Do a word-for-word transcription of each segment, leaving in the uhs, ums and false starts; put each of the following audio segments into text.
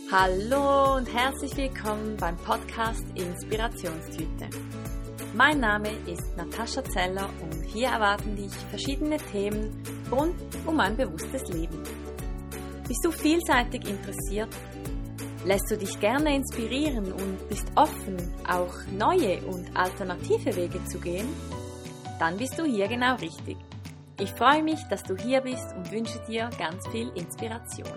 Hallo und herzlich willkommen beim Podcast Inspirationstüte. Mein Name ist Natascha Zeller und hier erwarten dich verschiedene Themen rund um ein bewusstes Leben. Bist du vielseitig interessiert? Lässt du dich gerne inspirieren und bist offen, auch neue und alternative Wege zu gehen? Dann bist du hier genau richtig. Ich freue mich, dass du hier bist und wünsche dir ganz viel Inspiration.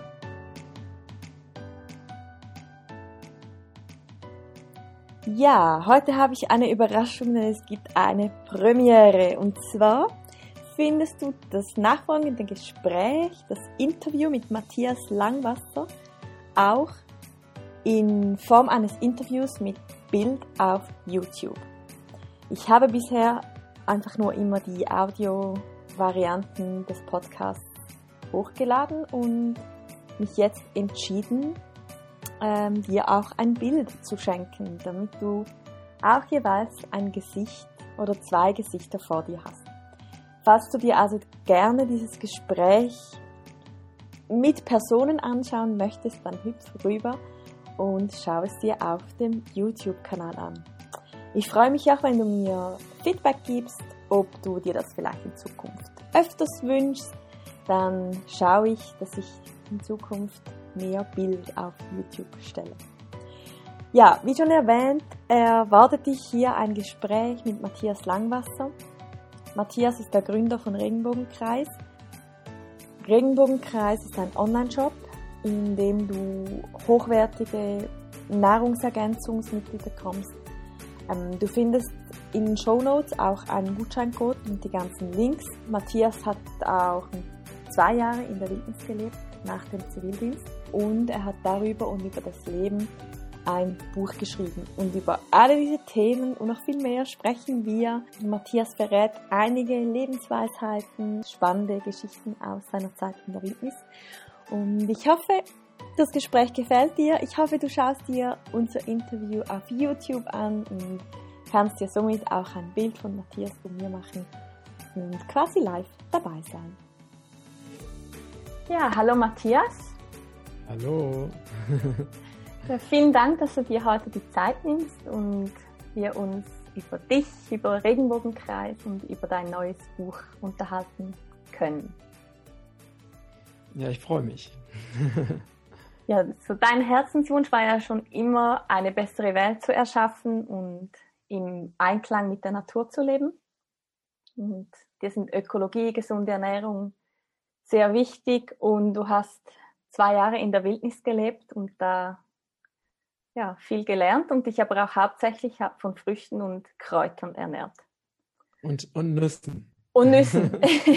Ja, heute habe ich eine Überraschung, denn es gibt eine Premiere. Und zwar findest du das nachfolgende Gespräch, das Interview mit Matthias Langwasser, auch in Form eines Interviews mit Bild auf YouTube. Ich habe bisher einfach nur immer die Audio-Varianten des Podcasts hochgeladen und mich jetzt entschieden, Ähm, dir auch ein Bild zu schenken, damit du auch jeweils ein Gesicht oder zwei Gesichter vor dir hast. Falls du dir also gerne dieses Gespräch mit Personen anschauen möchtest, dann hüpf rüber und schau es dir auf dem YouTube-Kanal an. Ich freue mich auch, wenn du mir Feedback gibst, ob du dir das vielleicht in Zukunft öfters wünschst. Dann schaue ich, dass ich in Zukunft mehr Bild auf YouTube stelle. Ja, wie schon erwähnt, erwartet dich hier ein Gespräch mit Matthias Langwasser. Matthias ist der Gründer von Regenbogenkreis. Regenbogenkreis ist ein Online-Shop, in dem du hochwertige Nahrungsergänzungsmittel bekommst. Ähm, du findest in den Shownotes auch einen Gutscheincode und die ganzen Links. Matthias hat auch zwei Jahre in der Wildnis gelebt, nach dem Zivildienst, und er hat darüber und über das Leben ein Buch geschrieben. Und über alle diese Themen und noch viel mehr sprechen wir. Matthias verrät einige Lebensweisheiten, spannende Geschichten aus seiner Zeit in der Wildnis. Und ich hoffe, das Gespräch gefällt dir. Ich hoffe, du schaust dir unser Interview auf YouTube an und kannst dir somit auch ein Bild von Matthias und mir machen und quasi live dabei sein. Ja, hallo Matthias. Hallo. Ja, vielen Dank, dass du dir heute die Zeit nimmst und wir uns über dich, über Regenbogenkreis und über dein neues Buch unterhalten können. Ja, ich freue mich. Ja, so dein Herzenswunsch war ja schon immer, eine bessere Welt zu erschaffen und im Einklang mit der Natur zu leben. Und dir sind Ökologie, gesunde Ernährung sehr wichtig und du hast zwei Jahre in der Wildnis gelebt und da ja, viel gelernt und dich aber auch hauptsächlich von Früchten und Kräutern ernährt. Und, und Nüssen. Und Nüssen.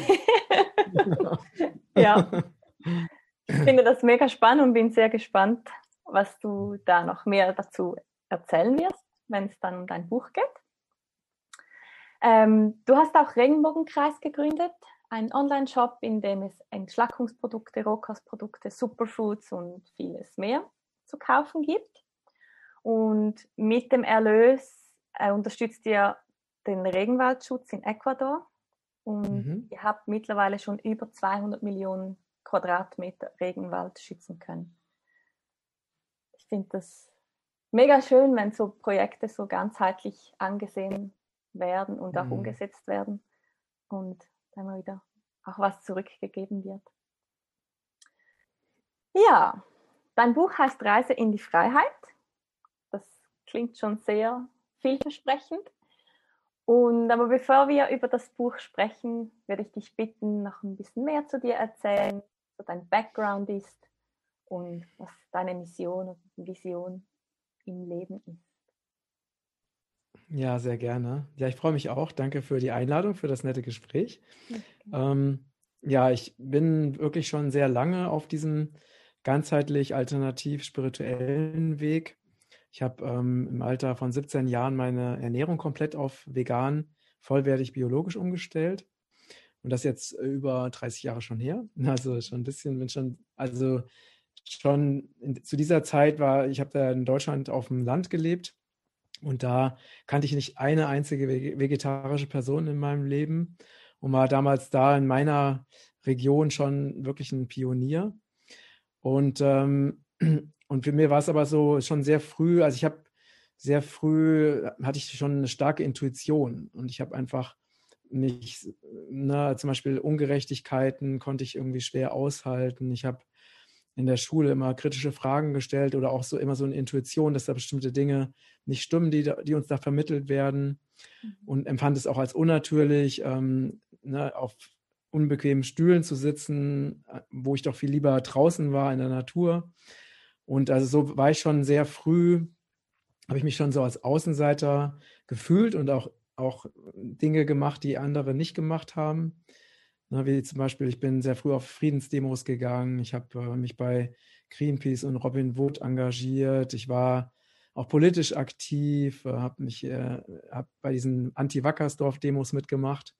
Ja. Ich finde das mega spannend und bin sehr gespannt, was du da noch mehr dazu erzählen wirst, wenn es dann um dein Buch geht. Ähm, du hast auch Regenbogenkreis gegründet. Ein Online-Shop, in dem es Entschlackungsprodukte, Rohkostprodukte, Superfoods und vieles mehr zu kaufen gibt. Und mit dem Erlös äh, unterstützt ihr den Regenwaldschutz in Ecuador. Und mhm. ihr habt mittlerweile schon über zweihundert Millionen Quadratmeter Regenwald schützen können. Ich finde das mega schön, wenn so Projekte so ganzheitlich angesehen werden und auch mhm. umgesetzt werden. Und immer wieder auch was zurückgegeben wird. Ja, dein Buch heißt Reise in die Freiheit. Das klingt schon sehr vielversprechend. Und aber bevor wir über das Buch sprechen, würde ich dich bitten, noch ein bisschen mehr zu dir erzählen, was dein Background ist und was deine Mission und Vision im Leben ist. Ja, sehr gerne. Ja, ich freue mich auch. Danke für die Einladung, für das nette Gespräch. Okay. Ähm, ja, ich bin wirklich schon sehr lange auf diesem ganzheitlich alternativ spirituellen Weg. Ich habe ähm, im Alter von siebzehn Jahren meine Ernährung komplett auf vegan, vollwertig biologisch umgestellt. Und das jetzt über dreißig Jahre schon her. Also schon ein bisschen, bin schon, also schon in, zu dieser Zeit war, ich habe da in Deutschland auf dem Land gelebt. Und da kannte ich nicht eine einzige vegetarische Person in meinem Leben und war damals da in meiner Region schon wirklich ein Pionier. Und ähm, und für mich war es aber so schon sehr früh, also ich habe sehr früh, hatte ich schon eine starke Intuition und ich habe einfach mich, ne, zum Beispiel Ungerechtigkeiten konnte ich irgendwie schwer aushalten. Ich habe in der Schule immer kritische Fragen gestellt oder auch so immer so eine Intuition, dass da bestimmte Dinge nicht stimmen, die, die uns da vermittelt werden, und empfand es auch als unnatürlich, ähm, ne, auf unbequemen Stühlen zu sitzen, wo ich doch viel lieber draußen war in der Natur. Und also so war ich schon sehr früh, habe ich mich schon so als Außenseiter gefühlt und auch, auch Dinge gemacht, die andere nicht gemacht haben. Na, wie zum Beispiel, ich bin sehr früh auf Friedensdemos gegangen. Ich habe äh, mich bei Greenpeace und Robin Wood engagiert. Ich war auch politisch aktiv, äh, habe mich äh, hab bei diesen Anti-Wackersdorf-Demos mitgemacht.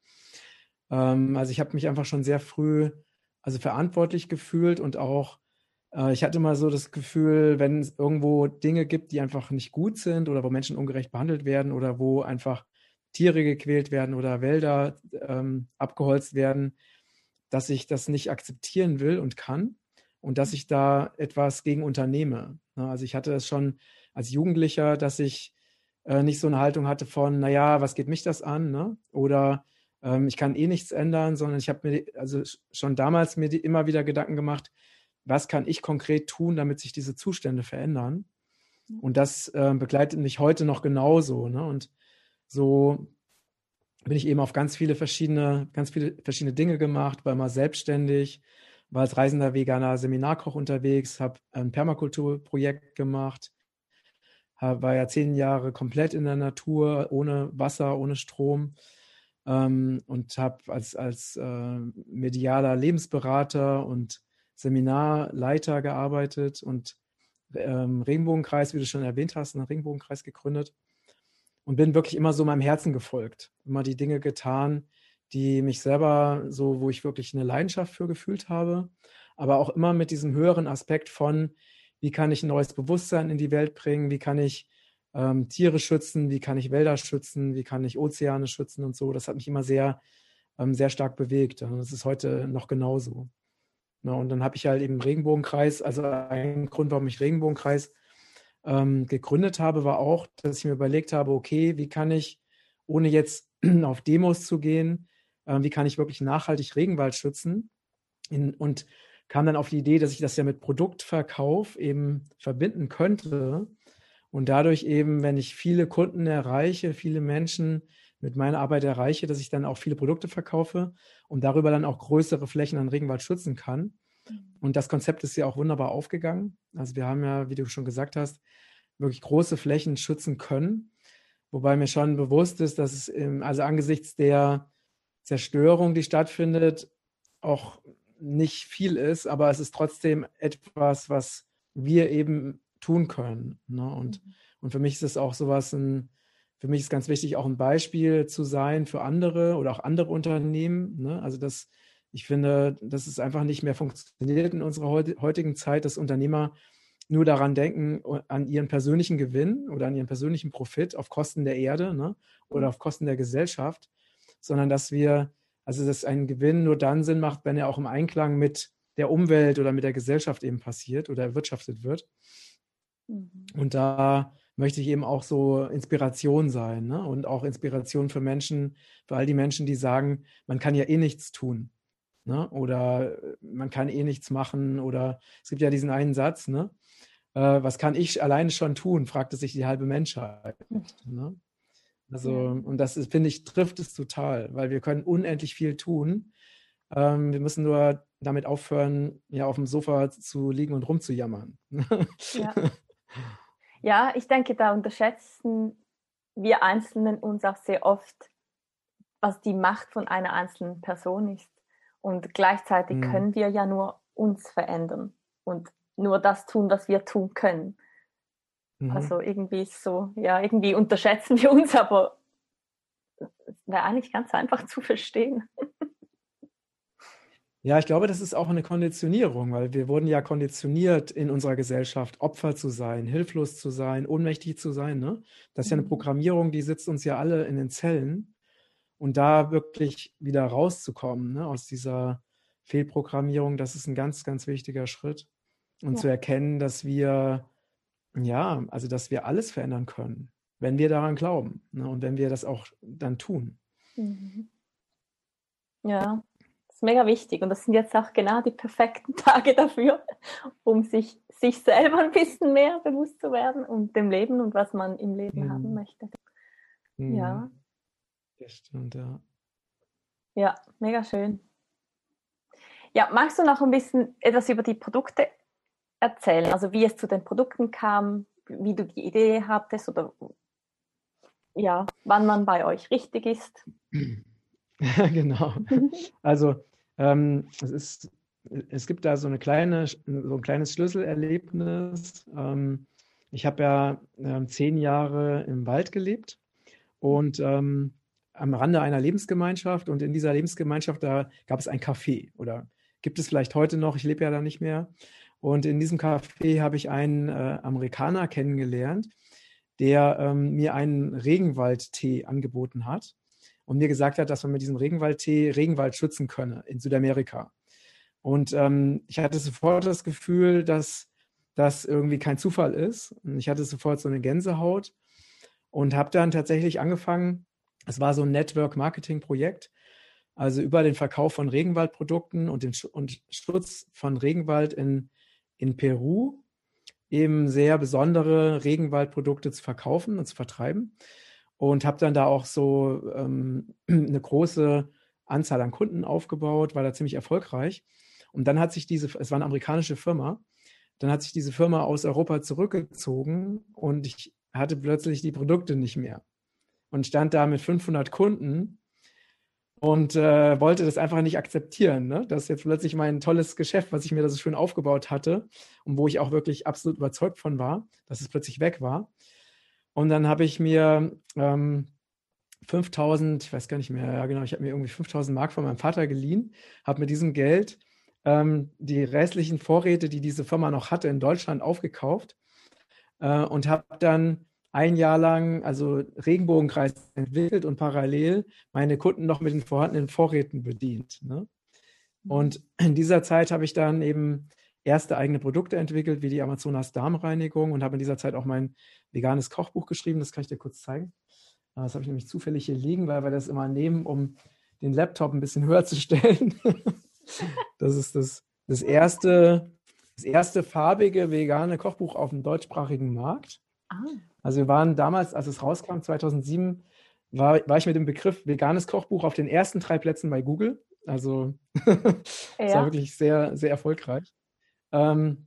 Ähm, also ich habe mich einfach schon sehr früh also verantwortlich gefühlt und auch äh, ich hatte mal so das Gefühl, wenn es irgendwo Dinge gibt, die einfach nicht gut sind oder wo Menschen ungerecht behandelt werden oder wo einfach Tiere gequält werden oder Wälder ähm, abgeholzt werden, dass ich das nicht akzeptieren will und kann und dass ich da etwas gegen unternehme. Ne? Also ich hatte es schon als Jugendlicher, dass ich äh, nicht so eine Haltung hatte von, naja, was geht mich das an? Ne? Oder ähm, ich kann eh nichts ändern, sondern ich habe mir also schon damals mir die, immer wieder Gedanken gemacht, was kann ich konkret tun, damit sich diese Zustände verändern? Und das äh, begleitet mich heute noch genauso. Ne? Und so bin ich eben auf ganz viele verschiedene, ganz viele verschiedene Dinge gemacht, war mal selbstständig, war als reisender veganer Seminarkoch unterwegs, habe ein Permakulturprojekt gemacht, war ja zehn Jahre komplett in der Natur, ohne Wasser, ohne Strom, ähm, und habe als, als äh, medialer Lebensberater und Seminarleiter gearbeitet und ähm, Regenbogenkreis, wie du schon erwähnt hast, einen Regenbogenkreis gegründet. Und bin wirklich immer so meinem Herzen gefolgt. Immer die Dinge getan, die mich selber so, wo ich wirklich eine Leidenschaft für gefühlt habe. Aber auch immer mit diesem höheren Aspekt von, wie kann ich ein neues Bewusstsein in die Welt bringen? Wie kann ich ähm, Tiere schützen? Wie kann ich Wälder schützen? Wie kann ich Ozeane schützen und so? Das hat mich immer sehr, ähm, sehr stark bewegt. Und das ist heute noch genauso. Na, und dann habe ich halt eben Regenbogenkreis, also ein Grund, warum ich Regenbogenkreis Ähm, gegründet habe, war auch, dass ich mir überlegt habe, okay, wie kann ich, ohne jetzt auf Demos zu gehen, äh, wie kann ich wirklich nachhaltig Regenwald schützen? In, und kam dann auf die Idee, dass ich das ja mit Produktverkauf eben verbinden könnte und dadurch eben, wenn ich viele Kunden erreiche, viele Menschen mit meiner Arbeit erreiche, dass ich dann auch viele Produkte verkaufe und darüber dann auch größere Flächen an Regenwald schützen kann. Und das Konzept ist ja auch wunderbar aufgegangen. Also wir haben ja, wie du schon gesagt hast, wirklich große Flächen schützen können. Wobei mir schon bewusst ist, dass es im, also angesichts der Zerstörung, die stattfindet, auch nicht viel ist, aber es ist trotzdem etwas, was wir eben tun können. Ne? Und, mhm. und für mich ist es auch sowas, ein, für mich ist ganz wichtig, auch ein Beispiel zu sein für andere oder auch andere Unternehmen. Ne? Also das Ich finde, dass es einfach nicht mehr funktioniert in unserer heutigen Zeit, dass Unternehmer nur daran denken, an ihren persönlichen Gewinn oder an ihren persönlichen Profit auf Kosten der Erde, ne, oder auf Kosten der Gesellschaft, sondern dass wir, also dass ein Gewinn nur dann Sinn macht, wenn er auch im Einklang mit der Umwelt oder mit der Gesellschaft eben passiert oder erwirtschaftet wird. Mhm. Und da möchte ich eben auch so Inspiration sein, ne, und auch Inspiration für Menschen, für all die Menschen, die sagen, man kann ja eh nichts tun. Ne? Oder man kann eh nichts machen. Oder es gibt ja diesen einen Satz, ne? Äh, was kann ich alleine schon tun, fragte sich die halbe Menschheit. Ne? Also, ja. Und das ist, finde ich, trifft es total, weil wir können unendlich viel tun. Ähm, wir müssen nur damit aufhören, ja, auf dem Sofa zu liegen und rumzujammern. Ja. Ja, ich denke, da unterschätzen wir Einzelnen uns auch sehr oft, was die Macht von einer einzelnen Person ist. Und gleichzeitig hm. können wir ja nur uns verändern und nur das tun, was wir tun können. Mhm. Also irgendwie ist so, ja, irgendwie unterschätzen wir uns, aber es wäre eigentlich ganz einfach zu verstehen. Ja, ich glaube, das ist auch eine Konditionierung, weil wir wurden ja konditioniert in unserer Gesellschaft, Opfer zu sein, hilflos zu sein, ohnmächtig zu sein. Ne? Das ist ja eine Programmierung, die sitzt uns ja alle in den Zellen. Und da wirklich wieder rauszukommen, ne, aus dieser Fehlprogrammierung, das ist ein ganz, ganz wichtiger Schritt. und Ja. zu erkennen, dass wir, ja, also dass wir alles verändern können, wenn wir daran glauben, ne? Und wenn wir das auch dann tun. Mhm. Ja, das ist mega wichtig. Und das sind jetzt auch genau die perfekten Tage dafür, um sich, sich selber ein bisschen mehr bewusst zu werden und dem Leben und was man im Leben haben Mhm. möchte. Mhm. Ja, Das stimmt, ja. ja, mega schön. Ja, magst du noch ein bisschen etwas über die Produkte erzählen? Also wie es zu den Produkten kam, wie du die Idee hattest oder ja, wann man bei euch richtig ist? Genau. Also ähm, es ist, es gibt da so eine kleine, so ein kleines Schlüsselerlebnis. Ähm, ich habe ja ähm, zehn Jahre im Wald gelebt und ähm, am Rande einer Lebensgemeinschaft, und in dieser Lebensgemeinschaft, da gab es ein Café oder gibt es vielleicht heute noch, ich lebe ja da nicht mehr. Und in diesem Café habe ich einen äh, Amerikaner kennengelernt, der ähm, mir einen Regenwaldtee angeboten hat und mir gesagt hat, dass man mit diesem Regenwaldtee Regenwald schützen könne in Südamerika. Und ähm, ich hatte sofort das Gefühl, dass das irgendwie kein Zufall ist. Und ich hatte sofort so eine Gänsehaut und habe dann tatsächlich angefangen, es war so ein Network-Marketing-Projekt, also über den Verkauf von Regenwaldprodukten und den Sch- und Schutz von Regenwald in, in Peru eben sehr besondere Regenwaldprodukte zu verkaufen und zu vertreiben. Und habe dann da auch so ähm, eine große Anzahl an Kunden aufgebaut, war da ziemlich erfolgreich. Und dann hat sich diese, es war eine amerikanische Firma, dann hat sich diese Firma aus Europa zurückgezogen und ich hatte plötzlich die Produkte nicht mehr und stand da mit fünfhundert Kunden und äh, wollte das einfach nicht akzeptieren, ne? Dass jetzt plötzlich mein tolles Geschäft, was ich mir da so schön aufgebaut hatte und wo ich auch wirklich absolut überzeugt von war, dass es plötzlich weg war. Und dann habe ich mir ähm, fünftausend, ich weiß gar nicht mehr, ja genau, ich habe mir irgendwie fünftausend Mark von meinem Vater geliehen, habe mit diesem Geld ähm, die restlichen Vorräte, die diese Firma noch hatte, in Deutschland aufgekauft äh, und habe dann ein Jahr lang also Regenbogenkreis entwickelt und parallel meine Kunden noch mit den vorhandenen Vorräten bedient. Ne? Und in dieser Zeit habe ich dann eben erste eigene Produkte entwickelt, wie die Amazonas Darmreinigung, und habe in dieser Zeit auch mein veganes Kochbuch geschrieben. Das kann ich dir kurz zeigen. Das habe ich nämlich zufällig hier liegen, weil wir das immer nehmen, um den Laptop ein bisschen höher zu stellen. Das ist das, das, erste, das erste farbige vegane Kochbuch auf dem deutschsprachigen Markt. Ah. Also wir waren damals, als es rauskam, zweitausendsieben, war, war ich mit dem Begriff veganes Kochbuch auf den ersten drei Plätzen bei Google. Also es Ja. war wirklich sehr, sehr erfolgreich. Ähm,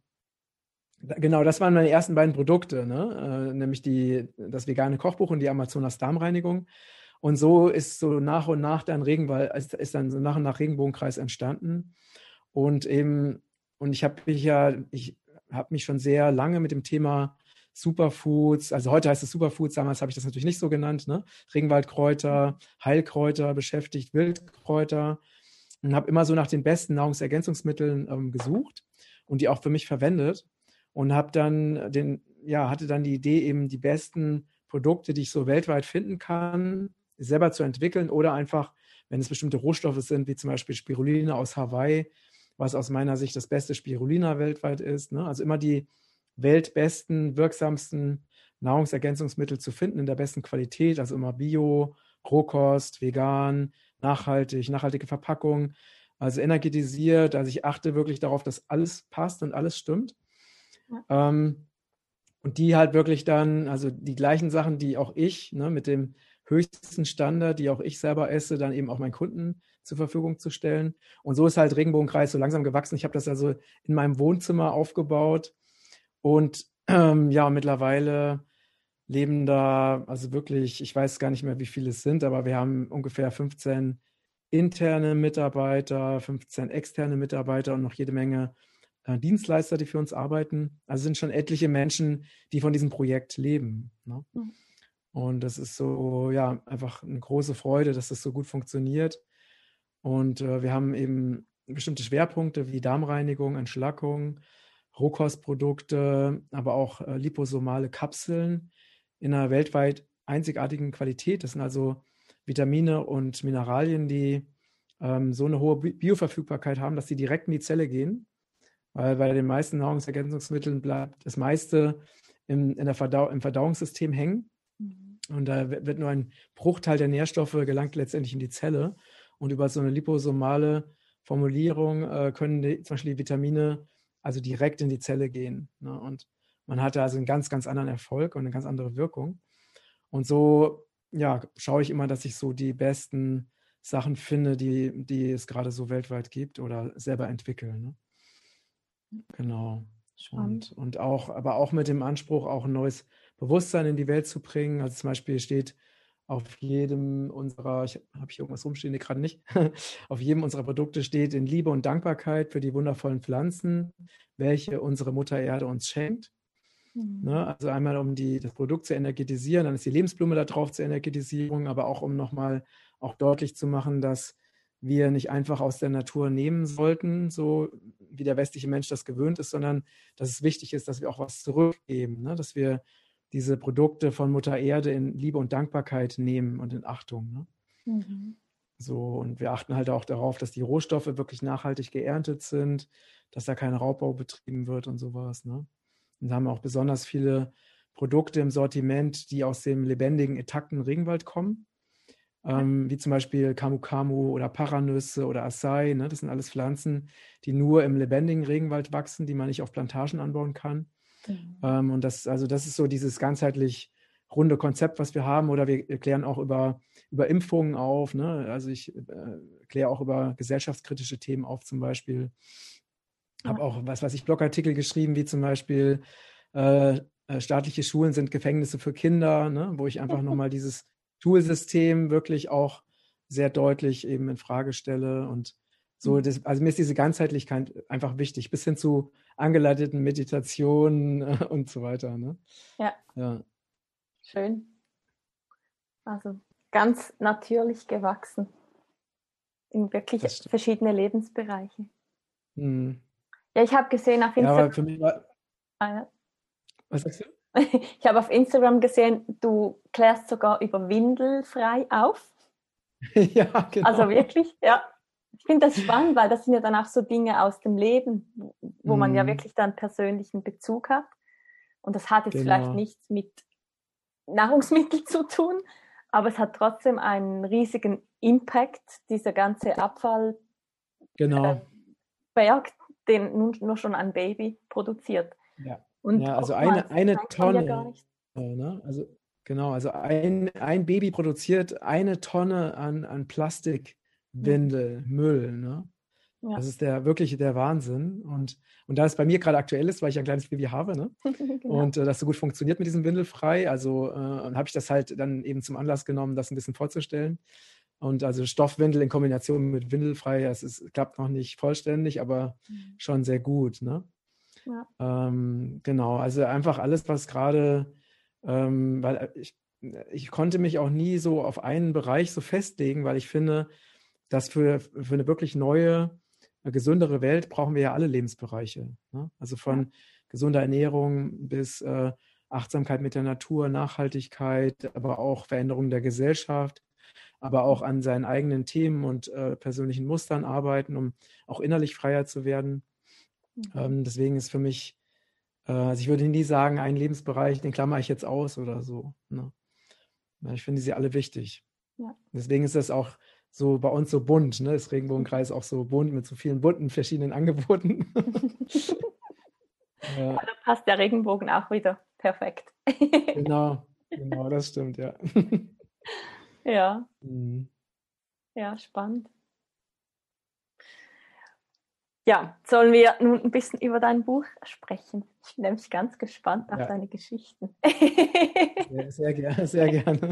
Genau, das waren meine ersten beiden Produkte, ne? Äh, nämlich die, das vegane Kochbuch und die Amazonas Darmreinigung. Und so ist so nach und nach dann Regenwald, ist, ist dann so nach und nach Regenbogenkreis entstanden. Und eben, und ich habe mich ja, ich habe mich schon sehr lange mit dem Thema Superfoods, also heute heißt es Superfoods, damals habe ich das natürlich nicht so genannt, ne? Regenwaldkräuter, Heilkräuter beschäftigt, Wildkräuter, und habe immer so nach den besten Nahrungsergänzungsmitteln ähm, gesucht und die auch für mich verwendet. Und habe dann den, ja, hatte dann die Idee, eben die besten Produkte, die ich so weltweit finden kann, selber zu entwickeln oder einfach, wenn es bestimmte Rohstoffe sind, wie zum Beispiel Spirulina aus Hawaii, was aus meiner Sicht das beste Spirulina weltweit ist. Ne? Also immer die weltbesten, wirksamsten Nahrungsergänzungsmittel zu finden in der besten Qualität, also immer Bio, Rohkost, vegan, nachhaltig, nachhaltige Verpackung, also energetisiert. Also ich achte wirklich darauf, dass alles passt und alles stimmt. Ja. Ähm, und die halt wirklich dann, also die gleichen Sachen, die auch ich, ne, mit dem höchsten Standard, die auch ich selber esse, dann eben auch meinen Kunden zur Verfügung zu stellen. Und so ist halt Regenbogenkreis so langsam gewachsen. Ich habe das also in meinem Wohnzimmer aufgebaut und ähm, ja, mittlerweile leben da, also wirklich, ich weiß gar nicht mehr, wie viele es sind, aber wir haben ungefähr fünfzehn interne Mitarbeiter, fünfzehn externe Mitarbeiter und noch jede Menge Dienstleister, die für uns arbeiten. Also sind schon etliche Menschen, die von diesem Projekt leben. Ne? Mhm. Und das ist so, ja, einfach eine große Freude, dass das so gut funktioniert. Und äh, wir haben eben bestimmte Schwerpunkte wie Darmreinigung, Entschlackung, Rohkostprodukte, aber auch äh, liposomale Kapseln in einer weltweit einzigartigen Qualität. Das sind also Vitamine und Mineralien, die ähm, so eine hohe Bioverfügbarkeit haben, dass sie direkt in die Zelle gehen Weil bei den meisten Nahrungsergänzungsmitteln bleibt das meiste im, in der Verdau im Verdauungssystem hängen. Mhm. Und da wird nur ein Bruchteil der Nährstoffe gelangt letztendlich in die Zelle. Und über so eine liposomale Formulierung äh, können die, zum Beispiel die Vitamine also direkt in die Zelle gehen. Ne? Und man hat da also einen ganz, ganz anderen Erfolg und eine ganz andere Wirkung. Und so, ja, schaue ich immer, dass ich so die besten Sachen finde, die, die es gerade so weltweit gibt oder selber entwickeln. Ne? Genau. Und, und auch, aber auch mit dem Anspruch, auch ein neues Bewusstsein in die Welt zu bringen. Also zum Beispiel steht auf jedem unserer, ich habe hier irgendwas rumstehen, nee, gerade nicht, auf jedem unserer Produkte steht in Liebe und Dankbarkeit für die wundervollen Pflanzen, welche unsere Mutter Erde uns schenkt. Mhm. Ne? Also einmal, um die, das Produkt zu energetisieren, dann ist die Lebensblume da drauf zur Energetisierung, aber auch um nochmal auch deutlich zu machen, dass wir nicht einfach aus der Natur nehmen sollten, so wie der westliche Mensch das gewöhnt ist, sondern dass es wichtig ist, dass wir auch was zurückgeben, ne? Dass wir diese Produkte von Mutter Erde in Liebe und Dankbarkeit nehmen und in Achtung. Ne? Mhm. So, und wir achten halt auch darauf, dass die Rohstoffe wirklich nachhaltig geerntet sind, dass da kein Raubbau betrieben wird und sowas. Ne? Und da haben wir auch besonders viele Produkte im Sortiment, die aus dem lebendigen, intakten Regenwald kommen. Ähm, wie zum Beispiel Camu Camu oder Paranüsse oder Acai. Ne? Das sind alles Pflanzen, die nur im lebendigen Regenwald wachsen, die man nicht auf Plantagen anbauen kann. Mhm. Ähm, und das, also das ist so dieses ganzheitlich runde Konzept, was wir haben. Oder wir klären auch über, über Impfungen auf. Ne? Also ich äh, kläre auch über gesellschaftskritische Themen auf zum Beispiel. Ja. Habe auch, was weiß ich, Blogartikel geschrieben, wie zum Beispiel äh, äh, staatliche Schulen sind Gefängnisse für Kinder, ne? Wo ich einfach nochmal dieses Schulsystem wirklich auch sehr deutlich eben in Frage stelle. Und so, das, also mir ist diese Ganzheitlichkeit einfach wichtig, bis hin zu angeleiteten Meditationen äh, und so weiter. Ne? Ja. ja. Schön. Also ganz natürlich gewachsen in wirklich verschiedene Lebensbereiche. Hm. Ja, ich habe gesehen auf Instagram. Ja, aber für mich war... ah, ja. Was sagst du? Ich habe auf Instagram gesehen, du klärst sogar über Windelfrei auf. Ja, genau. Also wirklich, ja. Ich finde das spannend, weil das sind ja dann auch so Dinge aus dem Leben, wo mm. man ja wirklich dann persönlichen Bezug hat. Und das hat jetzt genau. vielleicht nichts mit Nahrungsmitteln zu tun, aber es hat trotzdem einen riesigen Impact, dieser ganze Abfall, genau. äh, Berg, den nun nur schon ein Baby produziert. Ja. Und ja, also eine, eine Tonne, ja gar nicht. Äh, ne? Also genau, also ein, ein Baby produziert eine Tonne an, an Plastikwindel, mhm. Müll, ne? Ja. Das ist der wirklich der Wahnsinn. Und, und da es bei mir gerade aktuell ist, weil ich ein kleines Baby habe, ne? Genau. Und äh, das so gut funktioniert mit diesem Windelfrei, also äh, habe ich das halt dann eben zum Anlass genommen, das ein bisschen vorzustellen. Und also Stoffwindel in Kombination mit Windelfrei, das ist, klappt noch nicht vollständig, aber mhm. schon sehr gut, ne? Ja. Ähm, genau, also einfach alles, was gerade, ähm, weil ich, ich konnte mich auch nie so auf einen Bereich so festlegen, weil ich finde, dass für, für eine wirklich neue, gesündere Welt brauchen wir ja alle Lebensbereiche. Ne? Also von ja. gesunder Ernährung bis äh, Achtsamkeit mit der Natur, Nachhaltigkeit, aber auch Veränderung der Gesellschaft, aber auch an seinen eigenen Themen und äh, persönlichen Mustern arbeiten, um auch innerlich freier zu werden. Ähm, deswegen ist für mich, äh, also ich würde nie sagen, einen Lebensbereich, den klammere ich jetzt aus oder so. Ne? Ja, ich finde sie alle wichtig. Ja. Deswegen ist das auch so bei uns so bunt, ne? Das Regenbogenkreis auch so bunt mit so vielen bunten verschiedenen Angeboten. Ja. Da passt der Regenbogen auch wieder perfekt. Genau, genau, das stimmt, ja. Ja. Mhm. Ja, spannend. Ja, sollen wir nun ein bisschen über dein Buch sprechen? Ich bin nämlich ganz gespannt auf ja. deine Geschichten. Ja, sehr gerne, sehr gerne.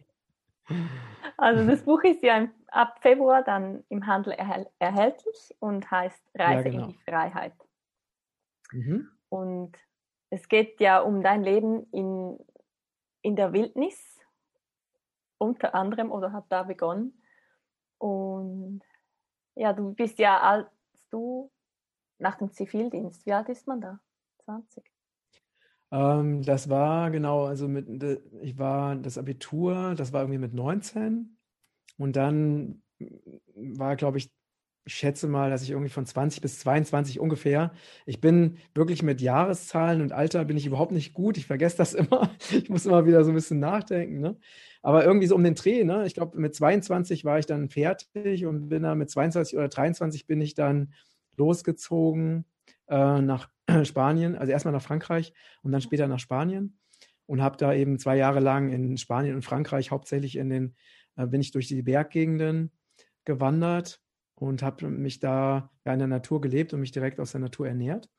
Also das Buch ist ja ab Februar dann im Handel erhält- erhältlich und heißt Reise ja, genau. in die Freiheit. Mhm. Und es geht ja um dein Leben in, in der Wildnis, unter anderem, oder hat da begonnen. Und ja, du bist ja alt, du nach dem Zivildienst, wie alt ist man da? zwanzig? Ähm, das war genau, also mit, ich war das Abitur, das war irgendwie mit neunzehn und dann war, glaube ich, ich schätze mal, dass ich irgendwie von zwanzig bis zweiundzwanzig ungefähr, ich bin wirklich mit Jahreszahlen und Alter bin ich überhaupt nicht gut. Ich vergesse das immer. Ich muss immer wieder so ein bisschen nachdenken. Ne? Aber irgendwie so um den Dreh, ne? Ich glaube, mit zweiundzwanzig war ich dann fertig und bin dann mit zweiundzwanzig oder dreiundzwanzig bin ich dann losgezogen äh, nach Spanien, also erstmal nach Frankreich und dann später nach Spanien und habe da eben zwei Jahre lang in Spanien und Frankreich hauptsächlich in den, äh, bin ich durch die Berggegenden gewandert und habe mich da ja, in der Natur gelebt und mich direkt aus der Natur ernährt.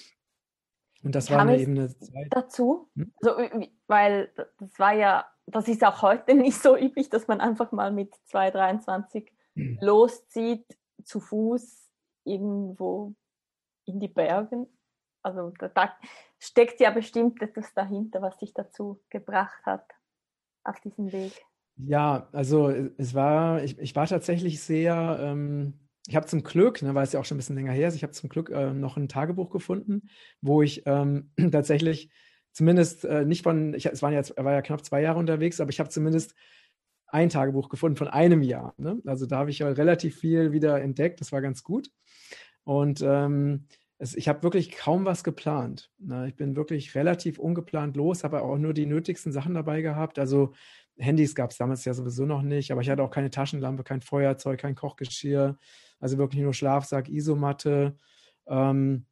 Und das war Kam eine es eben eine Zeit. dazu? Hm? Also, wie- weil das war ja, das ist auch heute nicht so üblich, dass man einfach mal mit zwei, dreiundzwanzig loszieht, zu Fuß irgendwo in die Bergen. Also da, da steckt ja bestimmt etwas dahinter, was dich dazu gebracht hat auf diesem Weg. Ja, also es war, ich, ich war tatsächlich sehr, ähm, ich habe zum Glück, ne, weil es ja auch schon ein bisschen länger her ist, ich habe zum Glück äh, noch ein Tagebuch gefunden, wo ich ähm, tatsächlich zumindest äh, nicht von, ich, es waren jetzt, er war ja knapp zwei Jahre unterwegs, aber ich habe zumindest ein Tagebuch gefunden von einem Jahr. Ne? Also da habe ich ja relativ viel wieder entdeckt, das war ganz gut. Und ähm, es, ich habe wirklich kaum was geplant. Ne? Ich bin wirklich relativ ungeplant los, habe auch nur die nötigsten Sachen dabei gehabt. Also Handys gab es damals ja sowieso noch nicht, aber ich hatte auch keine Taschenlampe, kein Feuerzeug, kein Kochgeschirr, also wirklich nur Schlafsack, Isomatte. Ähm,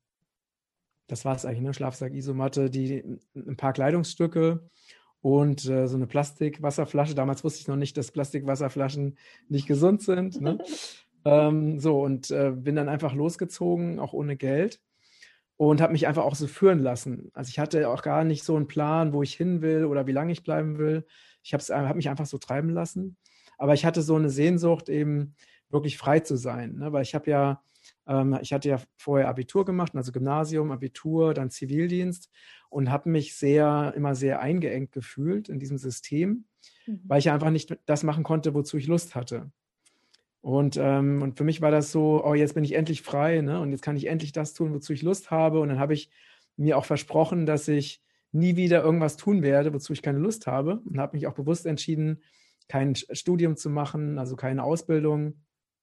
das war es eigentlich, ne? Schlafsack, Isomatte, die, ein paar Kleidungsstücke und äh, so eine Plastikwasserflasche. Damals wusste ich noch nicht, dass Plastikwasserflaschen nicht gesund sind. Ne? ähm, so, und äh, bin dann einfach losgezogen, auch ohne Geld. Und habe mich einfach auch so führen lassen. Also ich hatte auch gar nicht so einen Plan, wo ich hin will oder wie lange ich bleiben will. Ich habe hab mich einfach so treiben lassen. Aber ich hatte so eine Sehnsucht, eben wirklich frei zu sein. Ne? Weil ich habe ja, ähm, ich hatte ja vorher Abitur gemacht, also Gymnasium, Abitur, dann Zivildienst und habe mich sehr, immer sehr eingeengt gefühlt in diesem System, mhm. weil ich einfach nicht das machen konnte, wozu ich Lust hatte. Und, ähm, und für mich war das so, oh, jetzt bin ich endlich frei, ne? Und jetzt kann ich endlich das tun, wozu ich Lust habe. Und dann habe ich mir auch versprochen, dass ich nie wieder irgendwas tun werde, wozu ich keine Lust habe. Und habe mich auch bewusst entschieden, kein Studium zu machen, also keine Ausbildung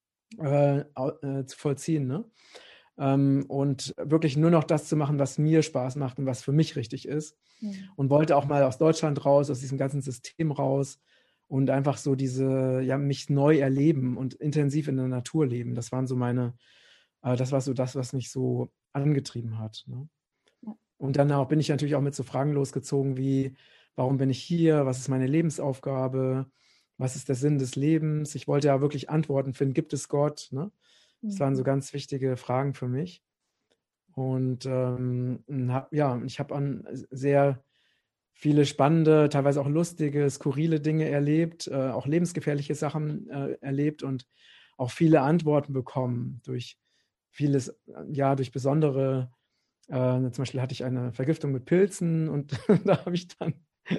äh, äh, zu vollziehen. Ne? Ähm, und wirklich nur noch das zu machen, was mir Spaß macht und was für mich richtig ist. Mhm. Und wollte auch mal aus Deutschland raus, aus diesem ganzen System raus. Und einfach so diese, ja, mich neu erleben und intensiv in der Natur leben. Das waren so meine, äh, das war so das, was mich so angetrieben hat. Ne? Ja. Und dann auch bin ich natürlich auch mit so Fragen losgezogen wie, warum bin ich hier? Was ist meine Lebensaufgabe? Was ist der Sinn des Lebens? Ich wollte ja wirklich Antworten finden. Gibt es Gott? Ne? Das mhm. waren so ganz wichtige Fragen für mich. Und ähm, hab, ja, ich habe an sehr viele spannende, teilweise auch lustige, skurrile Dinge erlebt, äh, auch lebensgefährliche Sachen äh, erlebt und auch viele Antworten bekommen durch vieles, ja, durch besondere, äh, zum Beispiel hatte ich eine Vergiftung mit Pilzen und da habe ich dann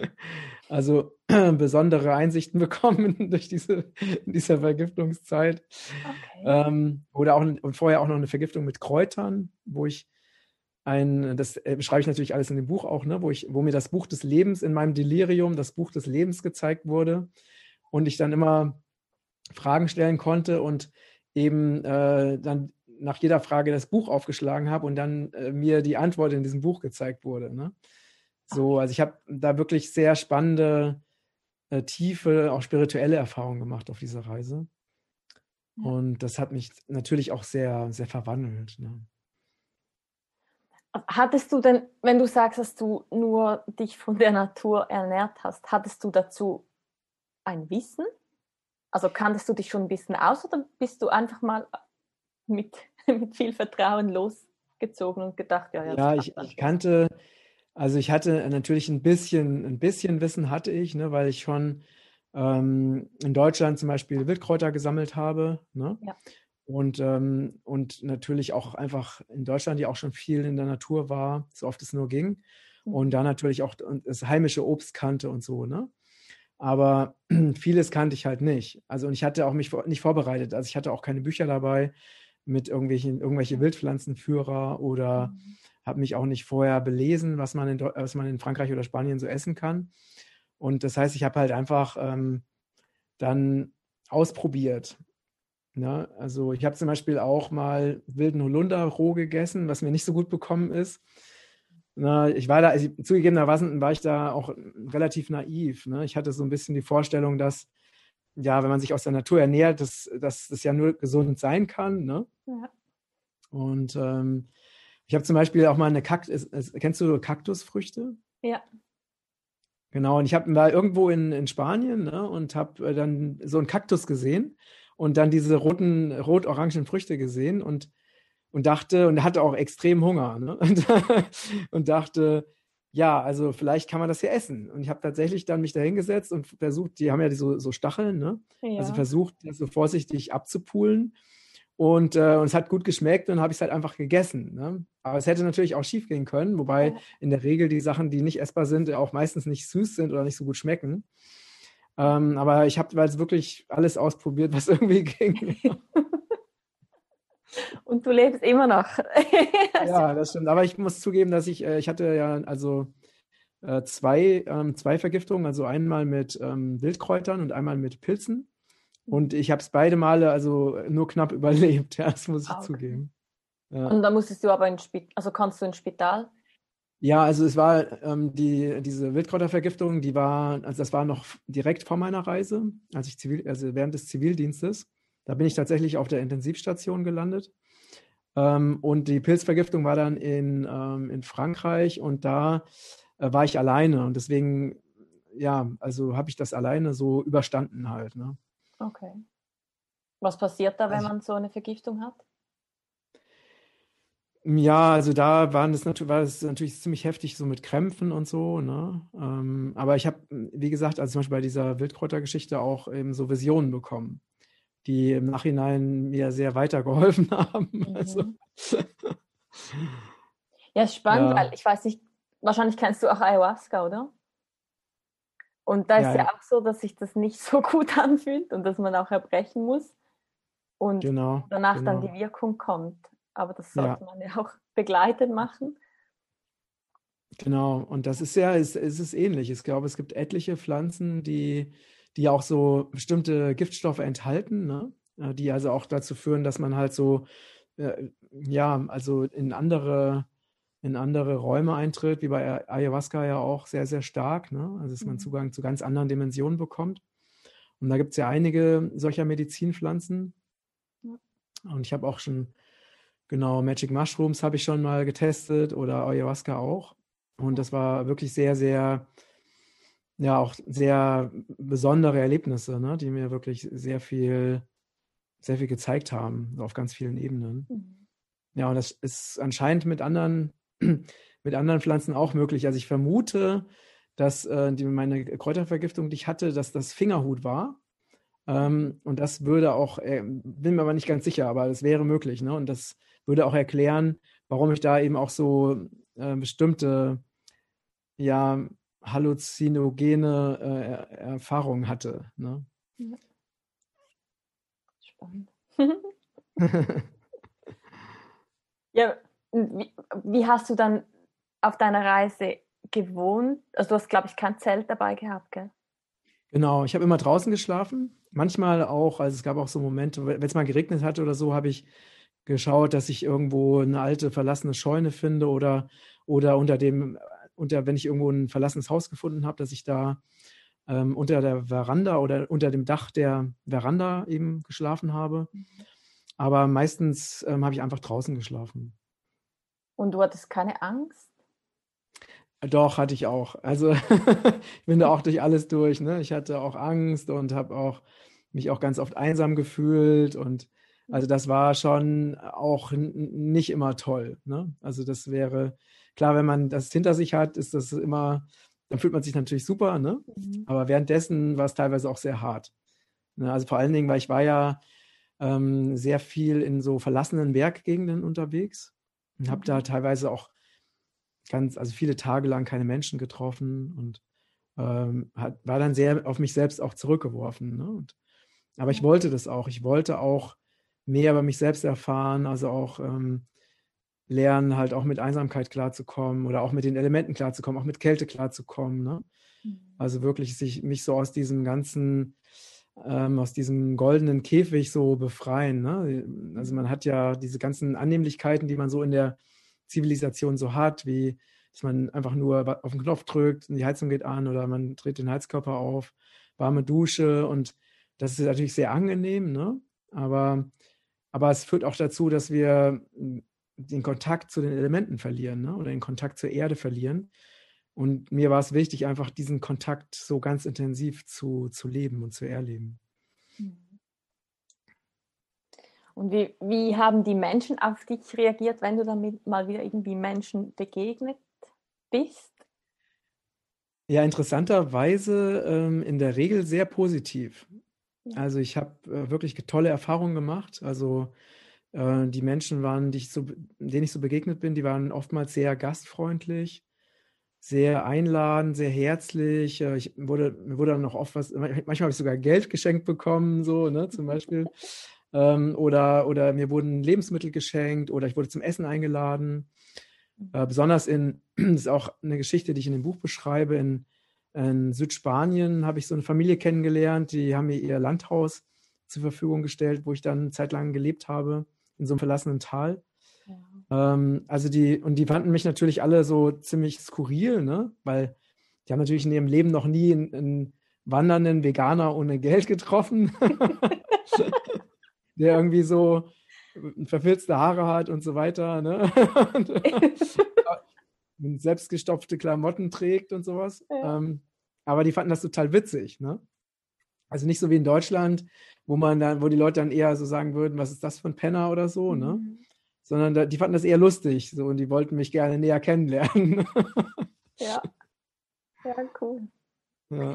also besondere Einsichten bekommen durch diese in dieser Vergiftungszeit. Okay. Ähm, oder auch und vorher auch noch eine Vergiftung mit Kräutern, wo ich ein, das beschreibe ich natürlich alles in dem Buch auch, ne, wo ich, wo mir das Buch des Lebens in meinem Delirium, das Buch des Lebens gezeigt wurde und ich dann immer Fragen stellen konnte und eben äh, dann nach jeder Frage das Buch aufgeschlagen habe und dann äh, mir die Antwort in diesem Buch gezeigt wurde. Ne? So, also ich habe da wirklich sehr spannende, äh, tiefe, auch spirituelle Erfahrungen gemacht auf dieser Reise. Ja. Und das hat mich natürlich auch sehr, sehr verwandelt. Ne? Hattest du denn, wenn du sagst, dass du nur dich von der Natur ernährt hast, hattest du dazu ein Wissen? Also kanntest du dich schon ein bisschen aus oder bist du einfach mal mit, mit viel Vertrauen losgezogen und gedacht, ja, ja, ja ich, ich kannte, also ich hatte natürlich ein bisschen, ein bisschen Wissen hatte ich, ne, weil ich schon ähm, in Deutschland zum Beispiel Wildkräuter gesammelt habe, ne? Ja. Und, ähm, und natürlich auch einfach in Deutschland, die auch schon viel in der Natur war, so oft es nur ging. Mhm. Und da natürlich auch das heimische Obst kannte und so, ne? Aber vieles kannte ich halt nicht. Also und ich hatte auch mich nicht vorbereitet. Also ich hatte auch keine Bücher dabei mit irgendwelchen irgendwelche Wildpflanzenführer oder mhm. habe mich auch nicht vorher belesen, was man, in, was man in Frankreich oder Spanien so essen kann. Und das heißt, ich habe halt einfach ähm, dann ausprobiert. Ja, also ich habe zum Beispiel auch mal wilden Holunder roh gegessen, was mir nicht so gut bekommen ist. Na, ich war da, also zugegebenermaßen war ich da auch relativ naiv. Ne? Ich hatte so ein bisschen die Vorstellung, dass, ja, wenn man sich aus der Natur ernährt, dass, dass das ja nur gesund sein kann. Ne? Ja. Und ähm, ich habe zum Beispiel auch mal eine Kaktus, kennst du Kaktusfrüchte? Ja. Genau, und ich hab, war irgendwo in, in Spanien, ne, und habe dann so einen Kaktus gesehen und dann diese roten, rot-orangen Früchte gesehen und, und dachte, und hatte auch extrem Hunger, ne, und, und dachte, ja, also vielleicht kann man das ja essen. Und ich habe tatsächlich dann mich da hingesetzt und versucht, die haben ja so, so Stacheln, ne, also Ja. versucht, das so vorsichtig abzupulen. Und, äh, und es hat gut geschmeckt und dann habe ich es halt einfach gegessen. Ne? Aber es hätte natürlich auch schief gehen können, wobei Ja. in der Regel die Sachen, die nicht essbar sind, auch meistens nicht süß sind oder nicht so gut schmecken. Ähm, aber ich habe halt wirklich alles ausprobiert, was irgendwie ging. Und du lebst immer noch. Ja, das stimmt. Aber ich muss zugeben, dass ich, äh, ich hatte ja also äh, zwei, ähm, zwei Vergiftungen, also einmal mit ähm, Wildkräutern und einmal mit Pilzen. Und ich habe es beide Male also nur knapp überlebt, ja, das muss ich Okay. zugeben. Ja. Und da musstest du aber ins Spital, also kannst du ins Spital? Ja, also es war ähm, die, diese Wildkräutervergiftung, die war, also das war noch direkt vor meiner Reise, als ich zivil, also während des Zivildienstes. Da bin ich tatsächlich auf der Intensivstation gelandet. Ähm, und die Pilzvergiftung war dann in, ähm, in Frankreich und da äh, war ich alleine. Und deswegen, ja, also habe ich das alleine so überstanden halt. Ne? Okay. Was passiert da, wenn Also, man so eine Vergiftung hat? ja, also da waren das natürlich, war das natürlich ziemlich heftig, so mit Krämpfen und so, ne? Ähm, aber ich habe, wie gesagt, also zum Beispiel bei dieser Wildkräutergeschichte auch eben so Visionen bekommen, die im Nachhinein mir sehr weitergeholfen haben. Also, Mhm. Ja, ist spannend, ja, weil ich weiß nicht, wahrscheinlich kennst du auch Ayahuasca, oder? Und da ist ja, ja ja, auch so, dass sich das nicht so gut anfühlt und dass man auch erbrechen muss und genau, danach dann die genau, Wirkung kommt. Aber das ja, sollte man ja auch begleitend machen. genau. Und das ist ja, es, es ist ähnlich. Ich glaube, es gibt etliche Pflanzen, die, die auch so bestimmte Giftstoffe enthalten, ne? Äh, Die also auch dazu führen, dass man halt so, äh, ja, also in andere in andere Räume eintritt, wie bei Ayahuasca ja auch sehr, sehr stark, ne? Also dass man Mhm. Zugang zu ganz anderen Dimensionen bekommt. Und da gibt es ja einige solcher Medizinpflanzen. Ja. Und ich habe auch schon, genau, Magic Mushrooms habe ich schon mal getestet oder Ayahuasca auch. Und das war wirklich sehr, sehr, ja, auch sehr besondere Erlebnisse, ne? Die mir wirklich sehr viel, sehr viel gezeigt haben, so auf ganz vielen Ebenen. Mhm. Ja, und das ist anscheinend mit anderen, mit anderen Pflanzen auch möglich. Also ich vermute, dass äh, die, meine Kräutervergiftung, die ich hatte, dass das Fingerhut war. Ähm, und das würde auch, äh, bin mir aber nicht ganz sicher, aber das wäre möglich. Ne? Und das würde auch erklären, warum ich da eben auch so äh, bestimmte, ja, halluzinogene äh, Erfahrungen hatte. Ne? Ja. Spannend. Ja, wie, wie hast du dann auf deiner Reise gewohnt? Also du hast, glaube ich, kein Zelt dabei gehabt, gell? Genau, ich habe immer draußen geschlafen. Manchmal auch, also es gab auch so Momente, wenn es mal geregnet hatte oder so, habe ich geschaut, dass ich irgendwo eine alte verlassene Scheune finde oder, oder unter dem, unter, wenn ich irgendwo ein verlassenes Haus gefunden habe, dass ich da ähm, unter der Veranda oder unter dem Dach der Veranda eben geschlafen habe. Aber meistens ähm, habe ich einfach draußen geschlafen. Und du hattest keine Angst? Doch, hatte ich auch. Also ich bin da auch durch alles durch. Ne? Ich hatte auch Angst und habe auch mich auch ganz oft einsam gefühlt. Und also das war schon auch n- nicht immer toll. Ne? Also das wäre, klar, wenn man das hinter sich hat, ist das immer, dann fühlt man sich natürlich super, ne? Mhm. Aber währenddessen war es teilweise auch sehr hart. Ne? Also vor allen Dingen, weil ich war ja ähm, sehr viel in so verlassenen Berggegenden unterwegs und habe da Mhm. teilweise auch ganz, also viele Tage lang keine Menschen getroffen und ähm, hat, war dann sehr auf mich selbst auch zurückgeworfen. Ne? Und, aber ich wollte das auch. Ich wollte auch mehr über mich selbst erfahren, also auch ähm, lernen, halt auch mit Einsamkeit klarzukommen oder auch mit den Elementen klarzukommen, auch mit Kälte klarzukommen. Ne? Mhm. Also wirklich sich mich so aus diesem ganzen ähm, aus diesem goldenen Käfig so befreien. Ne? Also man hat ja diese ganzen Annehmlichkeiten, die man so in der Zivilisation so hat, wie dass man einfach nur auf den Knopf drückt und die Heizung geht an oder man dreht den Heizkörper auf, warme Dusche, und das ist natürlich sehr angenehm, ne? Aber, aber es führt auch dazu, dass wir den Kontakt zu den Elementen verlieren, ne? Oder den Kontakt zur Erde verlieren. Und mir war es wichtig, einfach diesen Kontakt so ganz intensiv zu, zu leben und zu erleben. Und wie, wie haben die Menschen auf dich reagiert, wenn du damit mal wieder irgendwie Menschen begegnet bist? Ja, interessanterweise ähm, in der Regel sehr positiv. Ja. Also ich habe äh, wirklich tolle Erfahrungen gemacht. Also äh, die Menschen waren, die ich so, denen ich so begegnet bin, die waren oftmals sehr gastfreundlich, sehr einladend, sehr herzlich. Äh, ich wurde, mir wurde dann noch oft was, manchmal habe ich sogar Geld geschenkt bekommen, so, ne, zum Beispiel. ähm, oder, oder mir wurden Lebensmittel geschenkt oder ich wurde zum Essen eingeladen. Äh, besonders in, das ist auch eine Geschichte, die ich in dem Buch beschreibe, in, in Südspanien habe ich so eine Familie kennengelernt, die haben mir ihr Landhaus zur Verfügung gestellt, wo ich dann eine Zeit lang gelebt habe, in so einem verlassenen Tal. Ja. Ähm, also die, und die fanden mich natürlich alle so ziemlich skurril, ne? Weil die haben natürlich in ihrem Leben noch nie einen, einen wandernden Veganer ohne Geld getroffen, der irgendwie so verfilzte Haare hat und so weiter, ne? und, und selbstgestopfte Klamotten trägt und sowas. Ja. Ähm, aber die fanden das total witzig, ne? Also nicht so wie in Deutschland, wo man dann, wo die Leute dann eher so sagen würden, was ist das für ein Penner oder so, mhm. ne? Sondern da, die fanden das eher lustig, so, und die wollten mich gerne näher kennenlernen. Ja, ja, cool. Ja,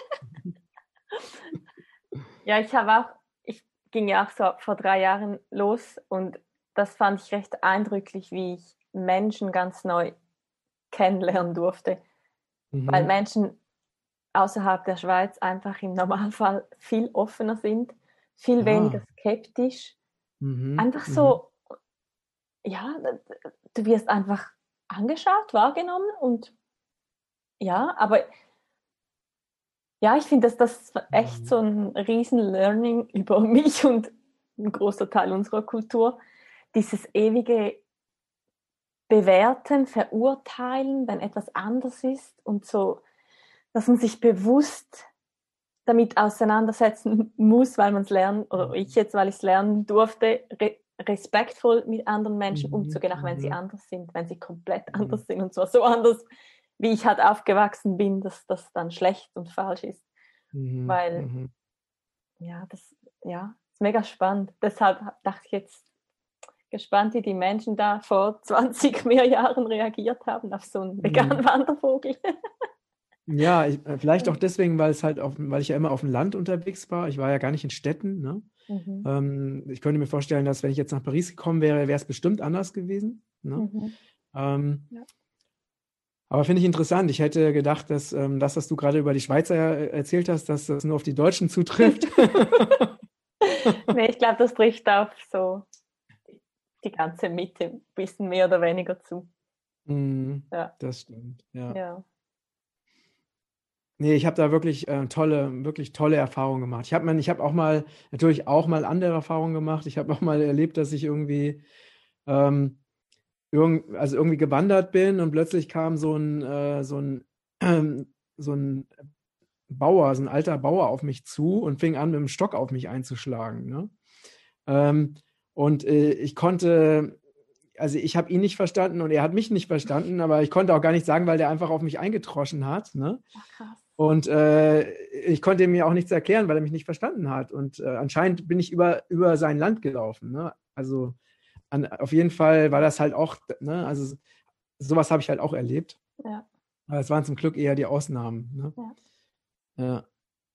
ja, ich habe auch ging ja auch so vor drei Jahren los und das fand ich recht eindrücklich, wie ich Menschen ganz neu kennenlernen durfte. Mhm. Weil Menschen außerhalb der Schweiz einfach im Normalfall viel offener sind, viel ah. weniger skeptisch. Mhm. Einfach so, mhm. ja, du wirst einfach angeschaut, wahrgenommen und ja, aber ja, ich finde, dass das echt so ein riesen Learning über mich und ein großer Teil unserer Kultur, dieses ewige Bewerten, Verurteilen, wenn etwas anders ist und so, dass man sich bewusst damit auseinandersetzen muss, weil man es lernen, oder ich jetzt, weil ich es lernen durfte, re- respektvoll mit anderen Menschen mhm. umzugehen, auch wenn sie anders sind, wenn sie komplett mhm. anders sind und zwar so anders, wie ich halt aufgewachsen bin, dass das dann schlecht und falsch ist. Mhm, Weil, mhm. ja, das ja, ist mega spannend. Deshalb dachte ich jetzt, gespannt, wie die Menschen da vor zwanzig mehr Jahren reagiert haben auf so einen veganen mhm. Wandervogel. Ja, ich, vielleicht auch deswegen, weil es halt auf, weil ich ja immer auf dem Land unterwegs war. Ich war ja gar nicht in Städten, ne? Mhm. Ähm, ich könnte mir vorstellen, dass wenn ich jetzt nach Paris gekommen wäre, wäre es bestimmt anders gewesen. Ne? Mhm. Ähm, ja. Aber finde ich interessant. Ich hätte gedacht, dass ähm, das, was du gerade über die Schweizer erzählt hast, dass das nur auf die Deutschen zutrifft. Nee, ich glaube, das trifft auf so die ganze Mitte ein bisschen mehr oder weniger zu. Mm, ja. Das stimmt, ja. ja. Nee, ich habe da wirklich äh, tolle, wirklich tolle Erfahrungen gemacht. Ich habe ich hab auch mal, natürlich auch mal andere Erfahrungen gemacht. Ich habe auch mal erlebt, dass ich irgendwie ähm, Irgend, also irgendwie gewandert bin und plötzlich kam so ein, äh, so ein, ähm, so ein Bauer, so ein alter Bauer auf mich zu und fing an, mit dem Stock auf mich einzuschlagen. Ne? Ähm, und äh, ich konnte, also ich habe ihn nicht verstanden und er hat mich nicht verstanden, aber ich konnte auch gar nicht sagen, weil der einfach auf mich eingetroschen hat. Ne? Ach, krass. Und äh, ich konnte ihm ja auch nichts erklären, weil er mich nicht verstanden hat. Und äh, anscheinend bin ich über, über sein Land gelaufen. Ne? Also An, auf jeden Fall war das halt auch, ne, also sowas habe ich halt auch erlebt. Ja. Aber es waren zum Glück eher die Ausnahmen. Ne? Ja. Ja.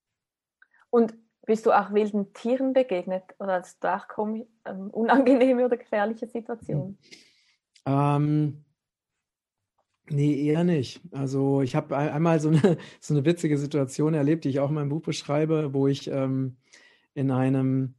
Und bist du auch wilden Tieren begegnet oder hattest du auch kom- ähm, unangenehme oder gefährliche Situationen? Ähm, nee, eher nicht. Also ich habe einmal so eine, so eine witzige Situation erlebt, die ich auch in meinem Buch beschreibe, wo ich ähm, in einem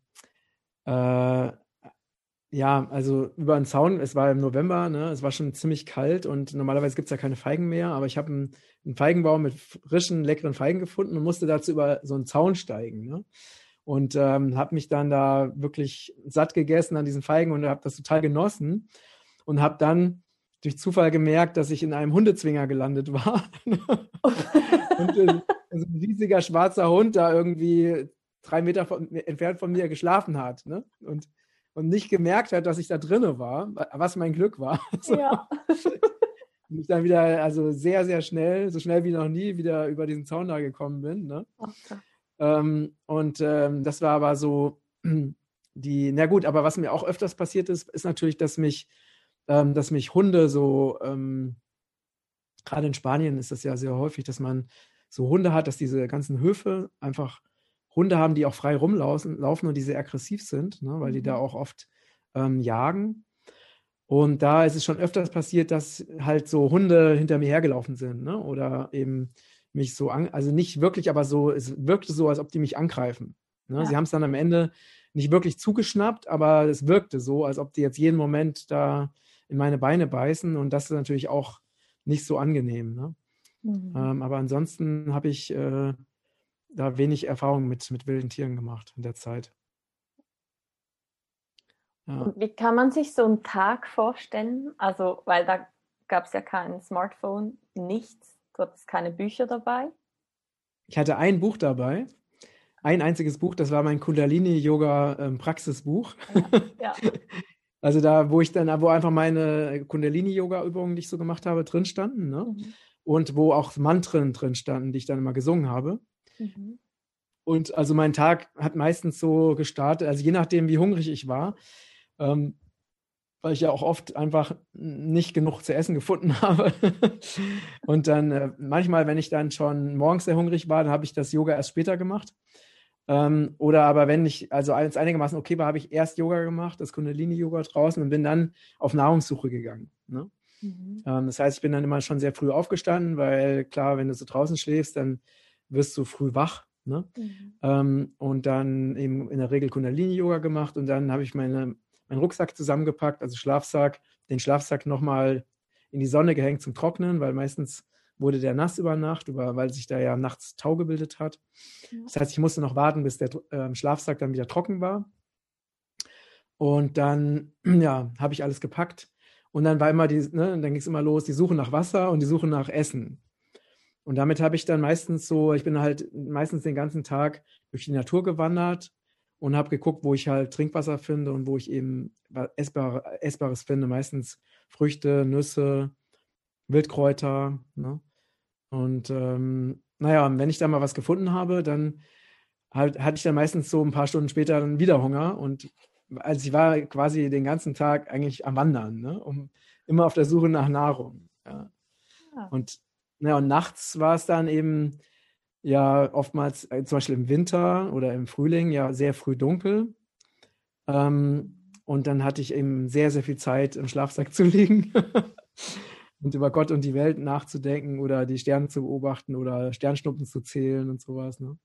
äh, Ja, also über einen Zaun, es war im November, ne, es war schon ziemlich kalt und normalerweise gibt es ja keine Feigen mehr, aber ich habe einen, einen Feigenbaum mit frischen, leckeren Feigen gefunden und musste dazu über so einen Zaun steigen. Ne? Und ähm, habe mich dann da wirklich satt gegessen an diesen Feigen und habe das total genossen. Und habe dann durch Zufall gemerkt, dass ich in einem Hundezwinger gelandet war. Und äh, so ein riesiger schwarzer Hund da irgendwie drei Meter von, entfernt von mir geschlafen hat. Ne? Und, und nicht gemerkt hat, dass ich da drinne war, was mein Glück war. So. Ja. Und ich dann wieder, also sehr, sehr schnell, so schnell wie noch nie, wieder über diesen Zaun da gekommen bin. Ne? Okay. Ähm, und ähm, das war aber so die, na gut, aber was mir auch öfters passiert ist, ist natürlich, dass mich, ähm, dass mich Hunde so, ähm, gerade in Spanien ist das ja sehr häufig, dass man so Hunde hat, dass diese ganzen Höfe einfach Hunde haben, die auch frei rumlaufen laufen und die sehr aggressiv sind, ne, weil die da auch oft ähm, jagen. Und da ist es schon öfters passiert, dass halt so Hunde hinter mir hergelaufen sind, ne, oder eben mich so, an, also nicht wirklich, aber so, es wirkte so, als ob die mich angreifen. Ne? Ja. Sie haben es dann am Ende nicht wirklich zugeschnappt, aber es wirkte so, als ob die jetzt jeden Moment da in meine Beine beißen und das ist natürlich auch nicht so angenehm. Ne? Mhm. Ähm, aber ansonsten habe ich äh, da wenig Erfahrung mit, mit wilden Tieren gemacht in der Zeit. Ja. Und wie kann man sich so einen Tag vorstellen? Also, weil da gab es ja kein Smartphone, nichts. Du hattest keine Bücher dabei? Ich hatte ein Buch dabei, ein einziges Buch, das war mein Kundalini-Yoga-Praxisbuch. Ja, ja. Also da, wo ich dann, wo einfach meine Kundalini-Yoga-Übungen, die ich so gemacht habe, drin standen, ne? Mhm. Und wo auch Mantren drin standen, die ich dann immer gesungen habe. Mhm. Und also mein Tag hat meistens so gestartet, also je nachdem, wie hungrig ich war, ähm, weil ich ja auch oft einfach nicht genug zu essen gefunden habe. Und dann äh, manchmal, wenn ich dann schon morgens sehr hungrig war, dann habe ich das Yoga erst später gemacht. Ähm, oder aber wenn ich, also als einigermaßen okay war, habe ich erst Yoga gemacht, das Kundalini-Yoga draußen und bin dann auf Nahrungssuche gegangen. Ne? Mhm. Ähm, das heißt, ich bin dann immer schon sehr früh aufgestanden, weil klar, wenn du so draußen schläfst, dann wirst du früh wach. Ne? Mhm. Ähm, und dann eben in der Regel Kundalini-Yoga gemacht und dann habe ich meine meinen Rucksack zusammengepackt, also Schlafsack, den Schlafsack nochmal in die Sonne gehängt zum Trocknen, weil meistens wurde der nass über Nacht, über, weil sich da ja nachts Tau gebildet hat. Ja. Das heißt, ich musste noch warten, bis der äh, Schlafsack dann wieder trocken war. Und dann, ja, habe ich alles gepackt. Und dann war immer die, ne, dann ging es immer los, die Suche nach Wasser und die Suche nach Essen. Und damit habe ich dann meistens so, ich bin halt meistens den ganzen Tag durch die Natur gewandert und habe geguckt, wo ich halt Trinkwasser finde und wo ich eben Essbar, Essbares finde. Meistens Früchte, Nüsse, Wildkräuter. Ne? Und ähm, naja, wenn ich da mal was gefunden habe, dann halt, hatte ich dann meistens so ein paar Stunden später dann wieder Hunger. Und also ich war quasi den ganzen Tag eigentlich am Wandern, ne? Um, immer auf der Suche nach Nahrung. Ja. Ja. Und, ja, und nachts war es dann eben ja oftmals, äh, zum Beispiel im Winter oder im Frühling, ja sehr früh dunkel. Ähm, und dann hatte ich eben sehr, sehr viel Zeit im Schlafsack zu liegen und über Gott und die Welt nachzudenken oder die Sterne zu beobachten oder Sternschnuppen zu zählen und sowas. Ne?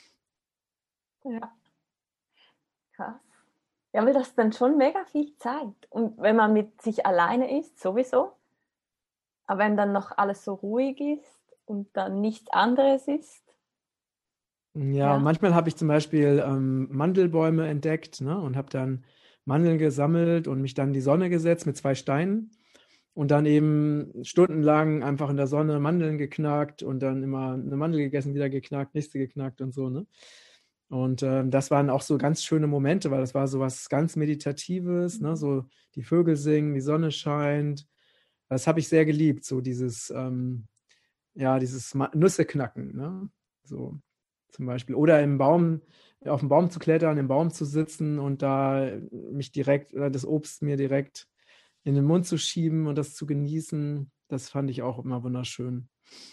Ja, krass. Ja, weil das ist dann schon mega viel Zeit. Und wenn man mit sich alleine ist, sowieso. Aber wenn dann noch alles so ruhig ist und dann nichts anderes ist. Ja, ja. Manchmal habe ich zum Beispiel ähm, Mandelbäume entdeckt, ne, und habe dann Mandeln gesammelt und mich dann in die Sonne gesetzt mit zwei Steinen und dann eben stundenlang einfach in der Sonne Mandeln geknackt und dann immer eine Mandel gegessen, wieder geknackt, nächste geknackt und so, ne? Und ähm, das waren auch so ganz schöne Momente, weil das war so was ganz Meditatives, ne? So die Vögel singen, die Sonne scheint. Das habe ich sehr geliebt, so dieses, ähm, ja, dieses Nüsse knacken, ne? So zum Beispiel. Oder im Baum, auf dem Baum zu klettern, im Baum zu sitzen und da mich direkt, oder das Obst mir direkt in den Mund zu schieben und das zu genießen, das fand ich auch immer wunderschön.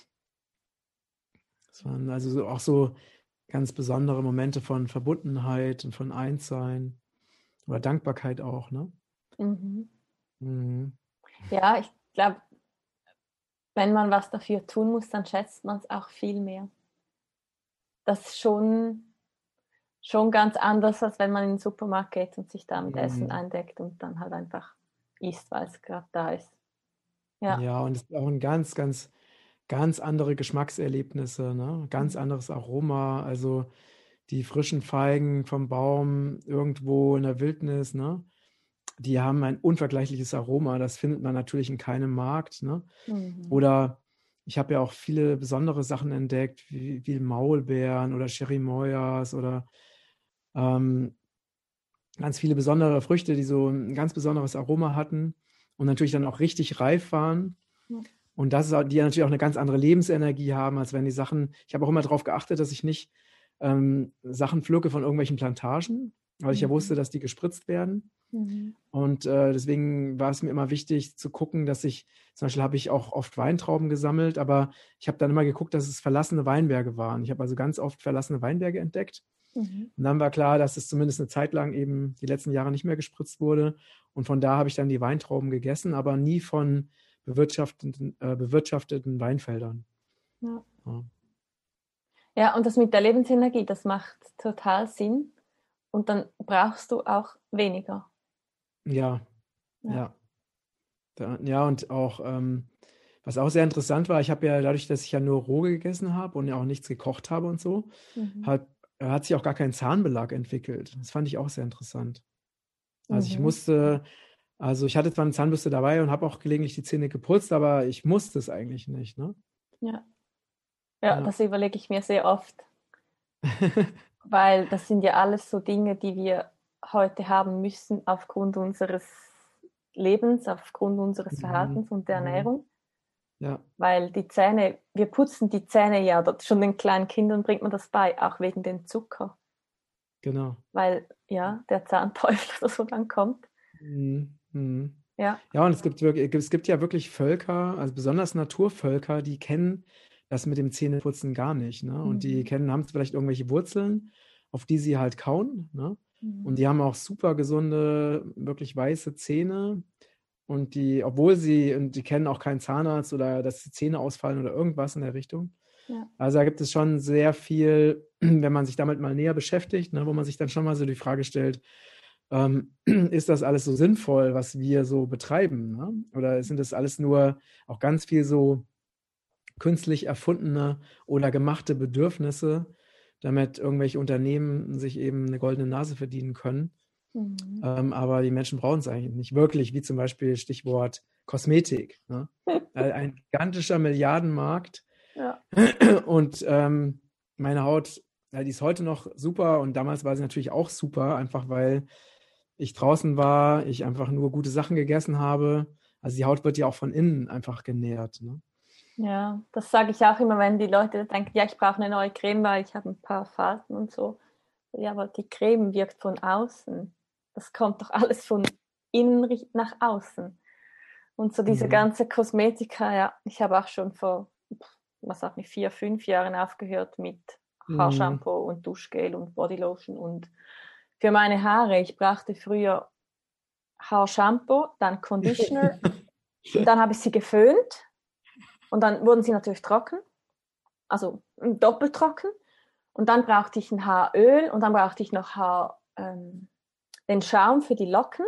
Das waren also so, auch so ganz besondere Momente von Verbundenheit und von Einssein oder Dankbarkeit auch, ne? Mhm. Mhm. Ja, ich glaube, wenn man was dafür tun muss, dann schätzt man es auch viel mehr. Das ist schon, schon ganz anders, als wenn man in den Supermarkt geht und sich da mit mhm. Essen eindeckt und dann halt einfach isst, weil es gerade da ist. Ja. Ja, und es ist auch ein ganz, ganz, ganz andere Geschmackserlebnisse, ne? Ganz mhm. anderes Aroma. Also die frischen Feigen vom Baum irgendwo in der Wildnis, ne? Die haben ein unvergleichliches Aroma. Das findet man natürlich in keinem Markt, ne? Mhm. Oder ich habe ja auch viele besondere Sachen entdeckt, wie, wie Maulbeeren oder Cherimoyas oder ähm, ganz viele besondere Früchte, die so ein ganz besonderes Aroma hatten und natürlich dann auch richtig reif waren. Ja. Und das ist auch, die natürlich auch eine ganz andere Lebensenergie haben, als wenn die Sachen, ich habe auch immer darauf geachtet, dass ich nicht ähm, Sachen pflücke von irgendwelchen Plantagen, weil ich ja Mhm. wusste, dass die gespritzt werden. Mhm. Und äh, deswegen war es mir immer wichtig zu gucken, dass ich, zum Beispiel habe ich auch oft Weintrauben gesammelt, aber ich habe dann immer geguckt, dass es verlassene Weinberge waren. Ich habe also ganz oft verlassene Weinberge entdeckt. Mhm. Und dann war klar, dass es zumindest eine Zeit lang eben die letzten Jahre nicht mehr gespritzt wurde. Und von da habe ich dann die Weintrauben gegessen, aber nie von bewirtschafteten, äh, bewirtschafteten Weinfeldern. Ja. Ja. Ja, und das mit der Lebensenergie, das macht total Sinn. Und dann brauchst du auch weniger. Ja, Ja. ja. Da, ja, und auch, ähm, was auch sehr interessant war, ich habe ja dadurch, dass ich ja nur roh gegessen habe und ja auch nichts gekocht habe und so, Mhm. hat, hat sich auch gar kein Zahnbelag entwickelt. Das fand ich auch sehr interessant. Also ich Mhm. musste, also ich hatte zwar eine Zahnbürste dabei und habe auch gelegentlich die Zähne geputzt, aber ich musste es eigentlich nicht, ne? Ja. Ja, Ja. das überlege ich mir sehr oft, weil das sind ja alles so Dinge, die wir heute haben müssen aufgrund unseres Lebens, aufgrund unseres Mhm. Verhaltens und der Mhm. Ernährung. Ja, Weil die Zähne, wir putzen die Zähne ja, dort schon den kleinen Kindern bringt man das bei, auch wegen dem Zucker. genau. Weil, ja, der Zahnteufel oder so dann kommt. Mhm. Mhm. Ja. Ja, und es gibt wirklich, es gibt ja wirklich Völker, also besonders Naturvölker, die kennen das mit dem Zähneputzen gar nicht, ne? Und die Mhm. kennen, haben vielleicht irgendwelche Wurzeln, auf die sie halt kauen, ne? Mhm. Und die haben auch super gesunde, wirklich weiße Zähne. Und die, obwohl sie, und die kennen auch keinen Zahnarzt oder dass die Zähne ausfallen oder irgendwas in der Richtung. Ja. Also da gibt es schon sehr viel, wenn man sich damit mal näher beschäftigt, ne, wo man sich dann schon mal so die Frage stellt, ähm, ist das alles so sinnvoll, was wir so betreiben? Ne? Oder sind das alles nur auch ganz viel so künstlich erfundene oder gemachte Bedürfnisse, damit irgendwelche Unternehmen sich eben eine goldene Nase verdienen können? Mhm. Ähm, aber die Menschen brauchen es eigentlich nicht wirklich, wie zum Beispiel Stichwort Kosmetik. Ne? Äh, Ein gigantischer Milliardenmarkt. Ja. Und ähm, meine Haut, ja, die ist heute noch super und damals war sie natürlich auch super, einfach weil ich draußen war, ich einfach nur gute Sachen gegessen habe. Also die Haut wird ja auch von innen einfach genährt. Ne? Ja, das sage ich auch immer, wenn die Leute denken, ja, ich brauche eine neue Creme, weil ich habe ein paar Falten und so. Ja, aber die Creme wirkt von außen. Das kommt doch alles von innen nach außen. Und so diese Mhm. ganze Kosmetika, ja, ich habe auch schon vor, was auch nicht, vier, fünf Jahren aufgehört mit Mhm. Haarshampoo und Duschgel und Bodylotion. Und für meine Haare, ich brauchte früher Haarshampoo, dann Conditioner und dann habe ich sie geföhnt und dann wurden sie natürlich trocken, also doppelt trocken. Und dann brauchte ich ein Haaröl und dann brauchte ich noch Haar, ähm, den Schaum für die Locken.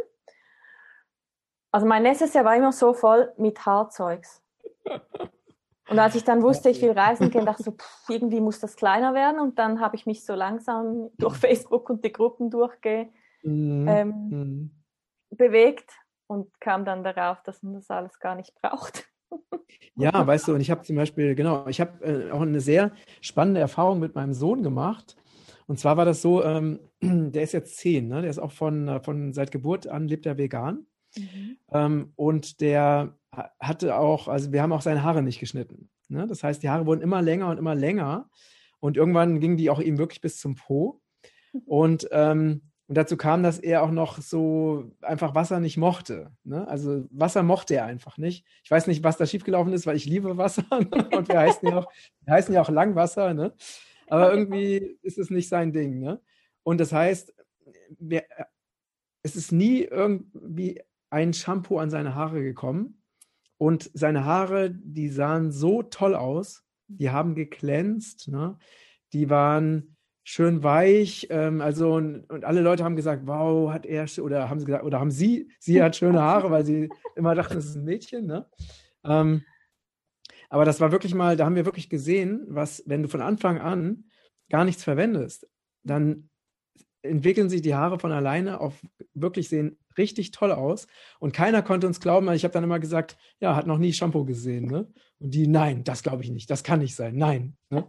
Also mein Necessaire war immer so voll mit Haarzeugs. Und als ich dann wusste, ich will reisen gehen, dachte ich so, pff, irgendwie muss das kleiner werden. Und dann habe ich mich so langsam durch Facebook und die Gruppen durchge Mhm. ähm, Mhm. bewegt und kam dann darauf, dass man das alles gar nicht braucht. Ja, weißt du, und ich habe zum Beispiel, genau, ich habe äh, auch eine sehr spannende Erfahrung mit meinem Sohn gemacht. Und zwar war das so, ähm, der ist jetzt zehn, ne? Der ist auch von, äh, von seit Geburt an lebt er vegan. Mhm. Ähm, und der ha- hatte auch, also wir haben auch seine Haare nicht geschnitten. Ne? Das heißt, die Haare wurden immer länger und immer länger. Und irgendwann gingen die auch ihm wirklich bis zum Po. Und, ähm, und dazu kam, dass er auch noch so einfach Wasser nicht mochte. Ne? Also Wasser mochte er einfach nicht. Ich weiß nicht, was da schiefgelaufen ist, weil ich liebe Wasser. Ne? Und wir heißen ja auch, wir heißen ja auch Langwasser. Ne? Aber irgendwie ist es nicht sein Ding. Ne? Und das heißt, wir, es ist nie irgendwie ein Shampoo an seine Haare gekommen. Und seine Haare, die sahen so toll aus. Die haben geglänzt. Ne? Die waren schön weich, ähm, also und, und alle Leute haben gesagt, wow, hat er, oder haben sie gesagt, oder haben sie, sie hat schöne Haare, weil sie immer dachten, das ist ein Mädchen, ne? Ähm, aber das war wirklich mal, da haben wir wirklich gesehen, was, wenn du von Anfang an gar nichts verwendest, dann entwickeln sich die Haare von alleine auf, wirklich sehen richtig toll aus. Und keiner konnte uns glauben, weil ich habe dann immer gesagt, ja, hat noch nie Shampoo gesehen. Ne? Und die, nein, das glaube ich nicht, das kann nicht sein, nein. Ne?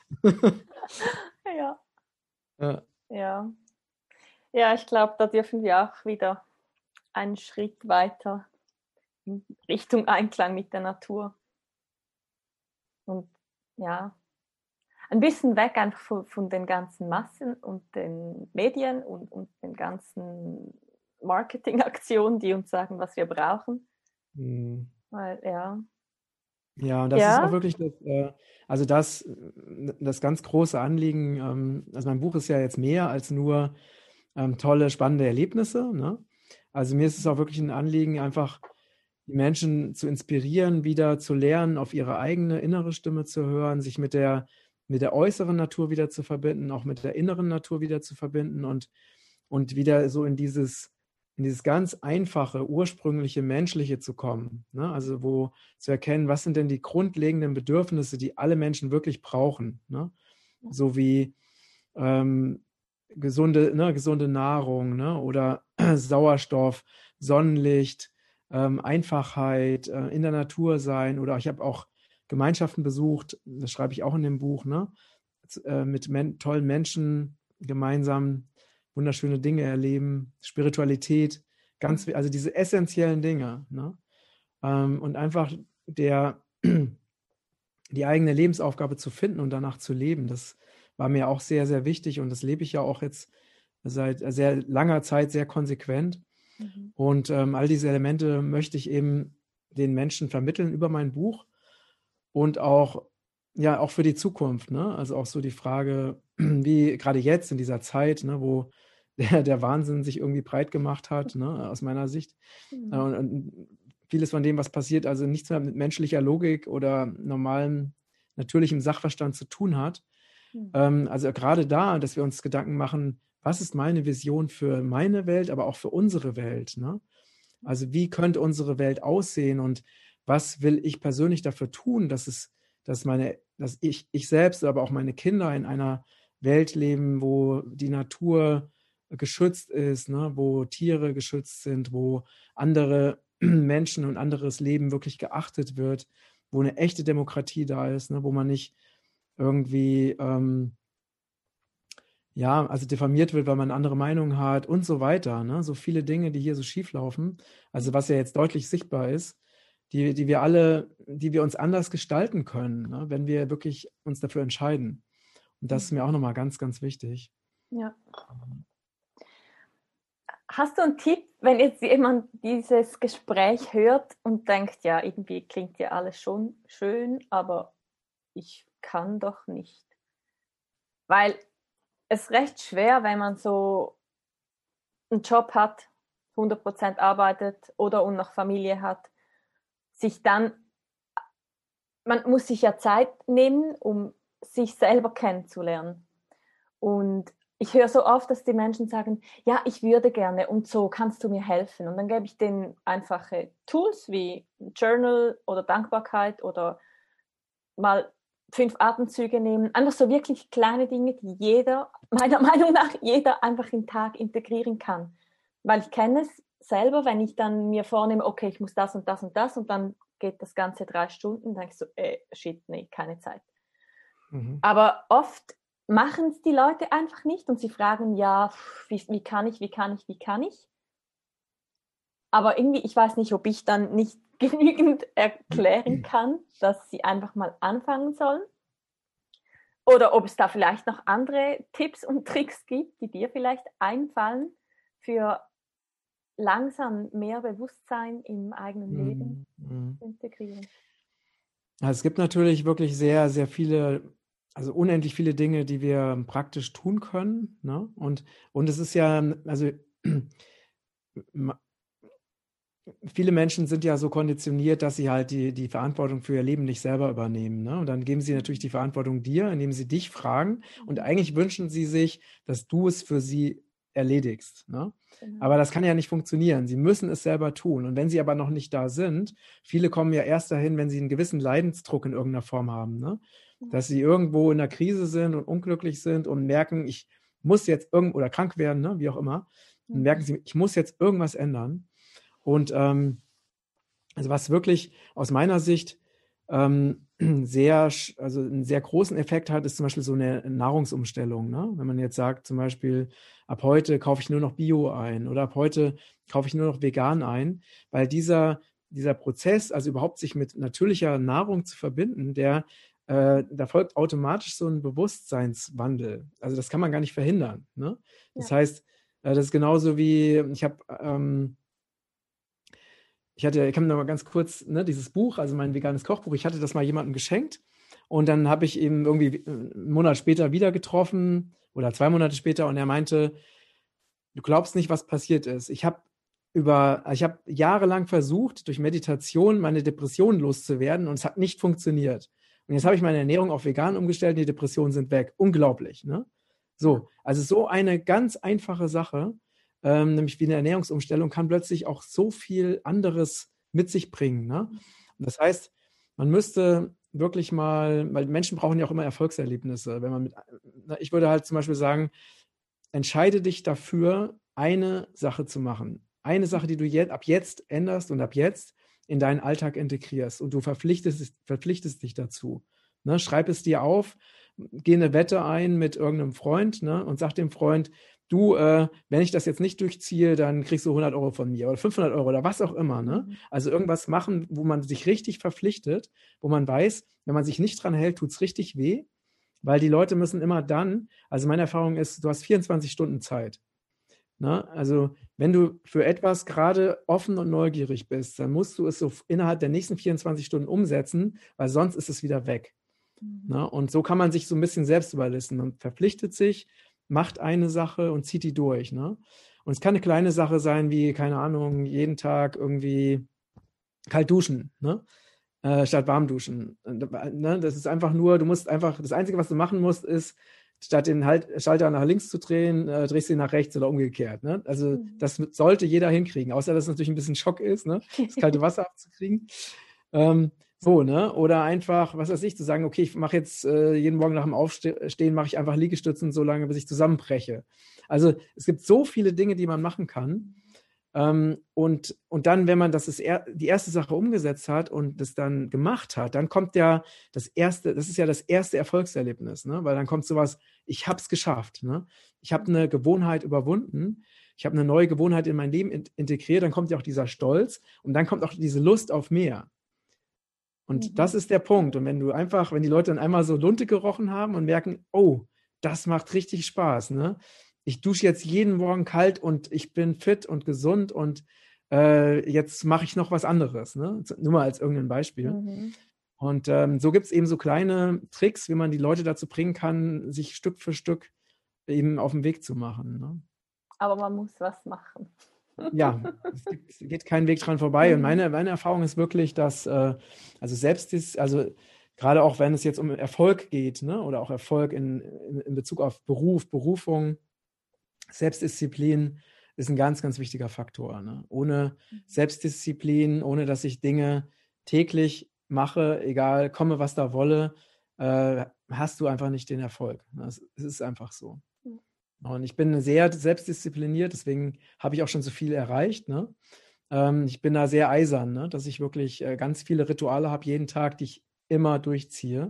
Ja. Ja. Ja. Ja, ich glaube, da dürfen wir auch wieder einen Schritt weiter in Richtung Einklang mit der Natur. Und ja, ein bisschen weg einfach von, von den ganzen Massen und den Medien und, und den ganzen Marketingaktionen, die uns sagen, was wir brauchen. Mhm. Weil, ja. Ja, und das Ja. ist auch wirklich das, äh, also das, das ganz große Anliegen. Ähm, also mein Buch ist ja jetzt mehr als nur ähm, tolle, spannende Erlebnisse. Ne? Also mir ist es auch wirklich ein Anliegen, einfach die Menschen zu inspirieren, wieder zu lernen, auf ihre eigene innere Stimme zu hören, sich mit der, mit der äußeren Natur wieder zu verbinden, auch mit der inneren Natur wieder zu verbinden und, und wieder so in dieses, in dieses ganz einfache, ursprüngliche Menschliche zu kommen. Ne? Also wo zu erkennen, was sind denn die grundlegenden Bedürfnisse, die alle Menschen wirklich brauchen. Ne? So wie ähm, gesunde, ne, gesunde Nahrung, ne? Oder Sauerstoff, Sonnenlicht, ähm, Einfachheit, äh, in der Natur sein. Oder ich habe auch Gemeinschaften besucht, das schreibe ich auch in dem Buch, ne? Äh, mit men- tollen Menschen gemeinsam wunderschöne Dinge erleben, Spiritualität, ganz, also diese essentiellen Dinge, ne? Ähm, und einfach der, die eigene Lebensaufgabe zu finden und danach zu leben, das war mir auch sehr, sehr wichtig und das lebe ich ja auch jetzt seit sehr langer Zeit sehr konsequent. Mhm. Und ähm, all diese Elemente möchte ich eben den Menschen vermitteln über mein Buch und auch, ja, auch für die Zukunft. Ne? Also auch so die Frage, wie gerade jetzt in dieser Zeit, ne, wo der, der Wahnsinn sich irgendwie breit gemacht hat, ne, aus meiner Sicht. Mhm. Und, und vieles von dem, was passiert, also nichts mehr mit menschlicher Logik oder normalem, natürlichem Sachverstand zu tun hat. Mhm. Ähm, also gerade da, dass wir uns Gedanken machen, was ist meine Vision für meine Welt, aber auch für unsere Welt? Ne? Also wie könnte unsere Welt aussehen und was will ich persönlich dafür tun, dass es, dass meine, dass ich, ich selbst, aber auch meine Kinder in einer Welt leben, wo die Natur geschützt ist, ne? Wo Tiere geschützt sind, wo andere Menschen und anderes Leben wirklich geachtet wird, wo eine echte Demokratie da ist, ne? Wo man nicht irgendwie ähm, ja, also diffamiert wird, weil man eine andere Meinung hat und so weiter. Ne? So viele Dinge, die hier so schief laufen. Also was ja jetzt deutlich sichtbar ist, die, die wir alle, die wir uns anders gestalten können, ne? Wenn wir wirklich uns dafür entscheiden. Und das ist mir auch nochmal ganz, ganz wichtig. Ja. Hast du einen Tipp, wenn jetzt jemand dieses Gespräch hört und denkt, ja, irgendwie klingt ja alles schon schön, aber ich kann doch nicht. Weil es ist recht schwer, wenn man so einen Job hat, hundert Prozent arbeitet oder und noch Familie hat, sich dann, man muss sich ja Zeit nehmen, um sich selber kennenzulernen. Und ich höre so oft, dass die Menschen sagen, ja, ich würde gerne und so, kannst du mir helfen? Und dann gebe ich denen einfache Tools wie Journal oder Dankbarkeit oder mal fünf Atemzüge nehmen. Einfach so wirklich kleine Dinge, die jeder, meiner Meinung nach, jeder einfach im Tag integrieren kann. Weil ich kenne es selber, wenn ich dann mir vornehme, okay, ich muss das und das und das und dann geht das Ganze drei Stunden, dann denke ich so, äh, shit, nee, keine Zeit. Mhm. Aber oft machen es die Leute einfach nicht und sie fragen, ja, wie, wie kann ich, wie kann ich, wie kann ich? Aber irgendwie, ich weiß nicht, ob ich dann nicht genügend erklären kann, dass sie einfach mal anfangen sollen. Oder ob es da vielleicht noch andere Tipps und Tricks gibt, die dir vielleicht einfallen, für langsam mehr Bewusstsein im eigenen Mhm. Leben Mhm. zu integrieren. Also es gibt natürlich wirklich sehr, sehr viele, also unendlich viele Dinge, die wir praktisch tun können. Ne? Und, und es ist ja, also viele Menschen sind ja so konditioniert, dass sie halt die, die Verantwortung für ihr Leben nicht selber übernehmen. Ne? Und dann geben sie natürlich die Verantwortung dir, indem sie dich fragen. Und eigentlich wünschen sie sich, dass du es für sie erledigst. Ne? Genau. Aber das kann ja nicht funktionieren. Sie müssen es selber tun. Und wenn sie aber noch nicht da sind, viele kommen ja erst dahin, wenn sie einen gewissen Leidensdruck in irgendeiner Form haben. Ne? Dass sie irgendwo in einer Krise sind und unglücklich sind und merken, ich muss jetzt irgend oder krank werden, ne, wie auch immer, dann merken sie, ich muss jetzt irgendwas ändern. Und ähm, also was wirklich aus meiner Sicht ähm, sehr, also einen sehr großen Effekt hat, ist zum Beispiel so eine Nahrungsumstellung. Ne? Wenn man jetzt sagt, zum Beispiel, ab heute kaufe ich nur noch Bio ein oder ab heute kaufe ich nur noch vegan ein, weil dieser, dieser Prozess, also überhaupt sich mit natürlicher Nahrung zu verbinden, der äh, da folgt automatisch so ein Bewusstseinswandel. Also das kann man gar nicht verhindern. Ne? Das Ja. heißt, äh, das ist genauso wie, ich habe ähm, Ich hatte, ich habe noch mal ganz kurz, ne, dieses Buch, also mein veganes Kochbuch, ich hatte das mal jemandem geschenkt und dann habe ich ihn irgendwie einen Monat später wieder getroffen oder zwei Monate später und er meinte, du glaubst nicht, was passiert ist. Ich habe über, ich habe jahrelang versucht, durch Meditation meine Depression loszuwerden und es hat nicht funktioniert. Und jetzt habe ich meine Ernährung auf vegan umgestellt und die Depressionen sind weg. Unglaublich, ne? So, also so eine ganz einfache Sache, ähm, nämlich wie eine Ernährungsumstellung, kann plötzlich auch so viel anderes mit sich bringen. Ne? Und das heißt, man müsste wirklich mal, weil Menschen brauchen ja auch immer Erfolgserlebnisse. Wenn man mit, ich würde halt zum Beispiel sagen, entscheide dich dafür, eine Sache zu machen. Eine Sache, die du jetzt, ab jetzt änderst und ab jetzt in deinen Alltag integrierst und du verpflichtest, verpflichtest dich dazu. Ne? Schreib es dir auf, geh eine Wette ein mit irgendeinem Freund, ne? Und sag dem Freund, du, äh, wenn ich das jetzt nicht durchziehe, dann kriegst du hundert Euro von mir oder fünfhundert Euro oder was auch immer. Ne? Mhm. Also irgendwas machen, wo man sich richtig verpflichtet, wo man weiß, wenn man sich nicht dran hält, tut es richtig weh, weil die Leute müssen immer dann, also meine Erfahrung ist, du hast vierundzwanzig Stunden Zeit. Ne? Also wenn du für etwas gerade offen und neugierig bist, dann musst du es so innerhalb der nächsten vierundzwanzig Stunden umsetzen, weil sonst ist es wieder weg. Mhm. Ne? Und so kann man sich so ein bisschen selbst überlisten. Man verpflichtet sich, macht eine Sache und zieht die durch. Ne? Und es kann eine kleine Sache sein, wie, keine Ahnung, jeden Tag irgendwie kalt duschen, ne? äh, statt warm duschen. Ne? Das ist einfach nur, du musst einfach, das Einzige, was du machen musst, ist, statt den halt Schalter nach links zu drehen, äh, drehst du ihn nach rechts oder umgekehrt. Ne? Also mhm. das sollte jeder hinkriegen, außer dass es natürlich ein bisschen Schock ist, ne? Das kalte Wasser abzukriegen. Ähm, so, ne? Oder einfach, was weiß ich, zu sagen, okay, ich mache jetzt äh, jeden Morgen nach dem Aufstehen, mache ich einfach Liegestützen so lange, bis ich zusammenbreche. Also es gibt so viele Dinge, die man machen kann. Ähm, und, und dann, wenn man das ist er, die erste Sache umgesetzt hat und das dann gemacht hat, dann kommt ja das erste, das ist ja das erste Erfolgserlebnis, ne? Weil dann kommt sowas, ich habe es geschafft. Ne? Ich habe eine Gewohnheit überwunden, ich habe eine neue Gewohnheit in mein Leben in, integriert, dann kommt ja auch dieser Stolz und dann kommt auch diese Lust auf mehr. Und mhm. das ist der Punkt. Und wenn du einfach, wenn die Leute dann einmal so Lunte gerochen haben und merken, oh, das macht richtig Spaß, ne? Ich dusche jetzt jeden Morgen kalt und ich bin fit und gesund und äh, jetzt mache ich noch was anderes, ne? Nur mal als irgendein Beispiel. Mhm. Und ähm, so gibt es eben so kleine Tricks, wie man die Leute dazu bringen kann, sich Stück für Stück eben auf den Weg zu machen. Ne? Aber man muss was machen. Ja, es gibt, es geht kein Weg dran vorbei. Und meine, meine Erfahrung ist wirklich, dass, äh, also selbst ist, also gerade auch wenn es jetzt um Erfolg geht, ne, oder auch Erfolg in, in, in Bezug auf Beruf, Berufung, Selbstdisziplin ist ein ganz, ganz wichtiger Faktor. Ne? Ohne Selbstdisziplin, ohne dass ich Dinge täglich mache, egal, komme, was da wolle, äh, hast du einfach nicht den Erfolg. Es ist einfach so. Und ich bin sehr selbstdiszipliniert, deswegen habe ich auch schon so viel erreicht. Ne? Ähm, ich bin da sehr eisern, ne? Dass ich wirklich äh, ganz viele Rituale habe, jeden Tag, die ich immer durchziehe.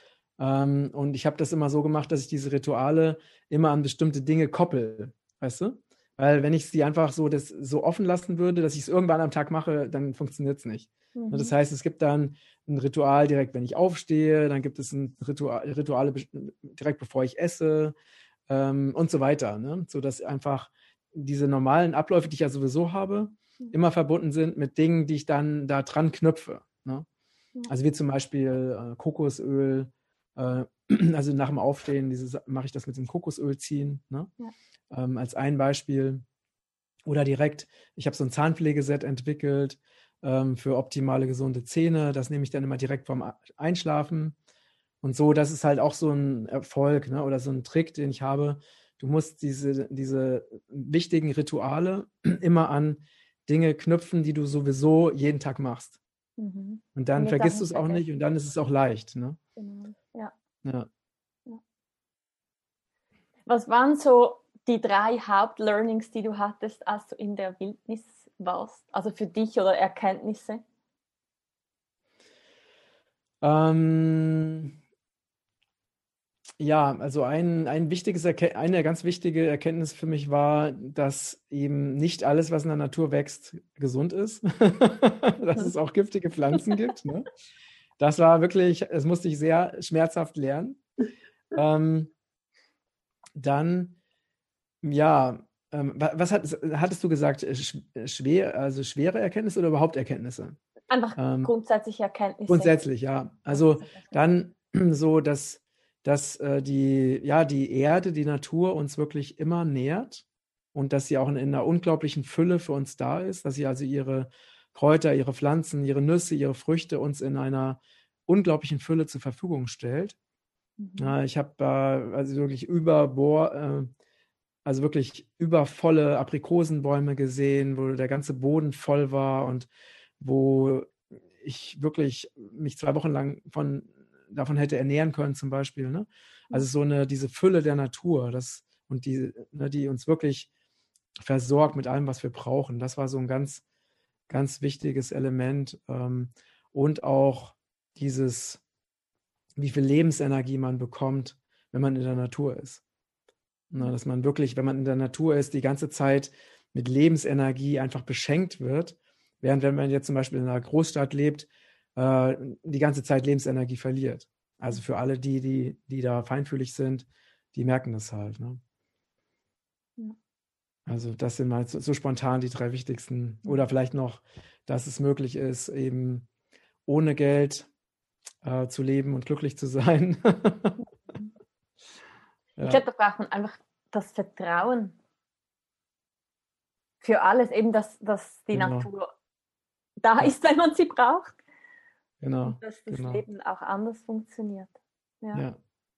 Ähm, und ich habe das immer so gemacht, dass ich diese Rituale immer an bestimmte Dinge koppel, weißt du? Weil wenn ich sie einfach so, das, so offen lassen würde, dass ich es irgendwann am Tag mache, dann funktioniert es nicht. Mhm. Das heißt, es gibt dann ein Ritual direkt, wenn ich aufstehe, dann gibt es ein Ritual, Rituale direkt, bevor ich esse, ähm, und so weiter. Ne? So dass einfach diese normalen Abläufe, die ich ja sowieso habe, mhm. immer verbunden sind mit Dingen, die ich dann da dran knüpfe. Ne? Mhm. Also wie zum Beispiel äh, Kokosöl, äh, also nach dem Aufstehen dieses, mache ich das mit dem Kokosöl ziehen, ne? Ja. Ähm, als ein Beispiel. Oder direkt, ich habe so ein Zahnpflegeset entwickelt ähm, für optimale, gesunde Zähne. Das nehme ich dann immer direkt vorm Einschlafen. Und so, das ist halt auch so ein Erfolg, ne? Oder so ein Trick, den ich habe. Du musst diese, diese wichtigen Rituale immer an Dinge knüpfen, die du sowieso jeden Tag machst. Mhm. Und dann vergisst du es auch nicht und dann ist es auch leicht. Ne? Genau, ja. Ja. ja. Was waren so die drei Hauptlearnings, die du hattest, als du in der Wildnis warst? Also für dich oder Erkenntnisse? Ähm, ja, also ein, ein wichtiges Erke eine ganz wichtige Erkenntnis für mich war, dass eben nicht alles, was in der Natur wächst, gesund ist. Dass es auch giftige Pflanzen gibt. Ne? Das war wirklich, das musste ich sehr schmerzhaft lernen. Ähm, dann, ja, ähm, was hat, hattest du gesagt? Schwer, also schwere Erkenntnisse oder überhaupt Erkenntnisse? Einfach Ähm, grundsätzliche Erkenntnisse. Grundsätzlich, ja. Also dann so, dass, dass äh, die, ja, die Erde, die Natur uns wirklich immer nährt und dass sie auch in, in einer unglaublichen Fülle für uns da ist, dass sie also ihre Kräuter, ihre Pflanzen, ihre Nüsse, ihre Früchte uns in einer unglaublichen Fülle zur Verfügung stellt. Mhm. Ja, ich habe äh, also wirklich über, boah, äh, also wirklich übervolle Aprikosenbäume gesehen, wo der ganze Boden voll war und wo ich wirklich mich zwei Wochen lang von, davon hätte ernähren können zum Beispiel. Ne? Also so eine, diese Fülle der Natur das, und die, ne, die uns wirklich versorgt mit allem, was wir brauchen. Das war so ein ganz, ganz wichtiges Element. Ähm, und auch dieses, wie viel Lebensenergie man bekommt, wenn man in der Natur ist. Na, dass man wirklich, wenn man in der Natur ist, die ganze Zeit mit Lebensenergie einfach beschenkt wird, während wenn man jetzt zum Beispiel in einer Großstadt lebt, äh, die ganze Zeit Lebensenergie verliert. Also für alle die, die, die da feinfühlig sind, die merken das halt. Ne? Ja. Also das sind mal so, so spontan die drei wichtigsten. Oder vielleicht noch, dass es möglich ist, eben ohne Geld äh, zu leben und glücklich zu sein. Ja. Ich glaube, da braucht man einfach das Vertrauen für alles, eben, dass, dass die genau. Natur da ist, wenn man sie braucht. Genau. Und dass das genau. Leben auch anders funktioniert. Ja. Ja.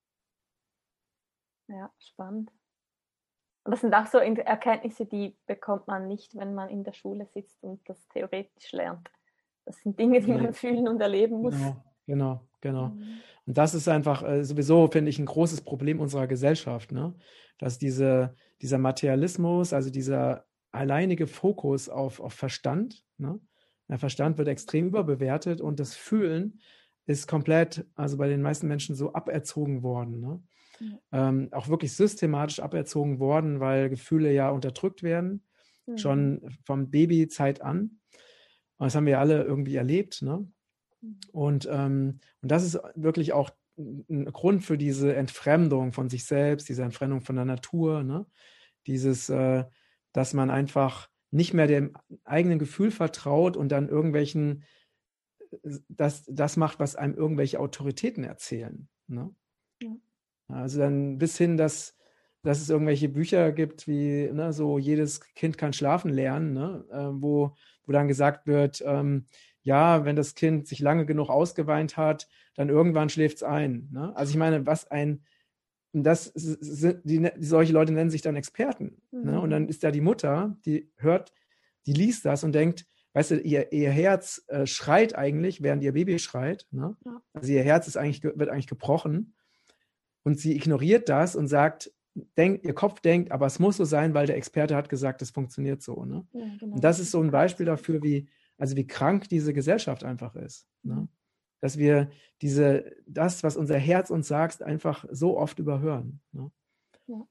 Ja, spannend. Und das sind auch so Erkenntnisse, die bekommt man nicht, wenn man in der Schule sitzt und das theoretisch lernt. Das sind Dinge, die man fühlen und erleben muss. Genau, genau, genau. Mhm. Und das ist einfach äh, sowieso, finde ich, ein großes Problem unserer Gesellschaft, ne? Dass diese, dieser Materialismus, also dieser alleinige Fokus auf, auf Verstand, ne? Der Verstand wird extrem überbewertet und das Fühlen ist komplett, also bei den meisten Menschen so aberzogen worden, ne? Mhm. Ähm, auch wirklich systematisch aberzogen worden, weil Gefühle ja unterdrückt werden, mhm. schon vom Babyzeit an. Und das haben wir alle irgendwie erlebt, ne? Und, ähm, und das ist wirklich auch ein Grund für diese Entfremdung von sich selbst, diese Entfremdung von der Natur, ne? Dieses, äh, dass man einfach nicht mehr dem eigenen Gefühl vertraut und dann irgendwelchen, das, das macht, was einem irgendwelche Autoritäten erzählen, ne? Ja. Also dann bis hin, dass, dass es irgendwelche Bücher gibt, wie, ne, so jedes Kind kann schlafen lernen, ne? Äh, wo, wo dann gesagt wird, ähm, ja, wenn das Kind sich lange genug ausgeweint hat, dann irgendwann schläft es ein. Ne? Also ich meine, was ein, das sind, die, solche Leute nennen sich dann Experten. Mhm. Ne? Und dann ist da die Mutter, die hört, die liest das und denkt, weißt du, ihr, ihr Herz äh, schreit eigentlich, während ihr Baby schreit. Ne? Ja. Also ihr Herz ist eigentlich, wird eigentlich gebrochen. Und sie ignoriert das und sagt, denk, ihr Kopf denkt, aber es muss so sein, weil der Experte hat gesagt, das funktioniert so. Ne? Ja, genau. Und das ist so ein Beispiel dafür, wie Also wie krank diese Gesellschaft einfach ist. Mhm. Ne? Dass wir diese, das, was unser Herz uns sagt, einfach so oft überhören. Ne? Ja.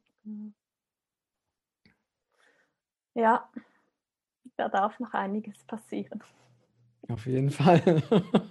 Ja, da darf noch einiges passieren. Auf jeden Fall.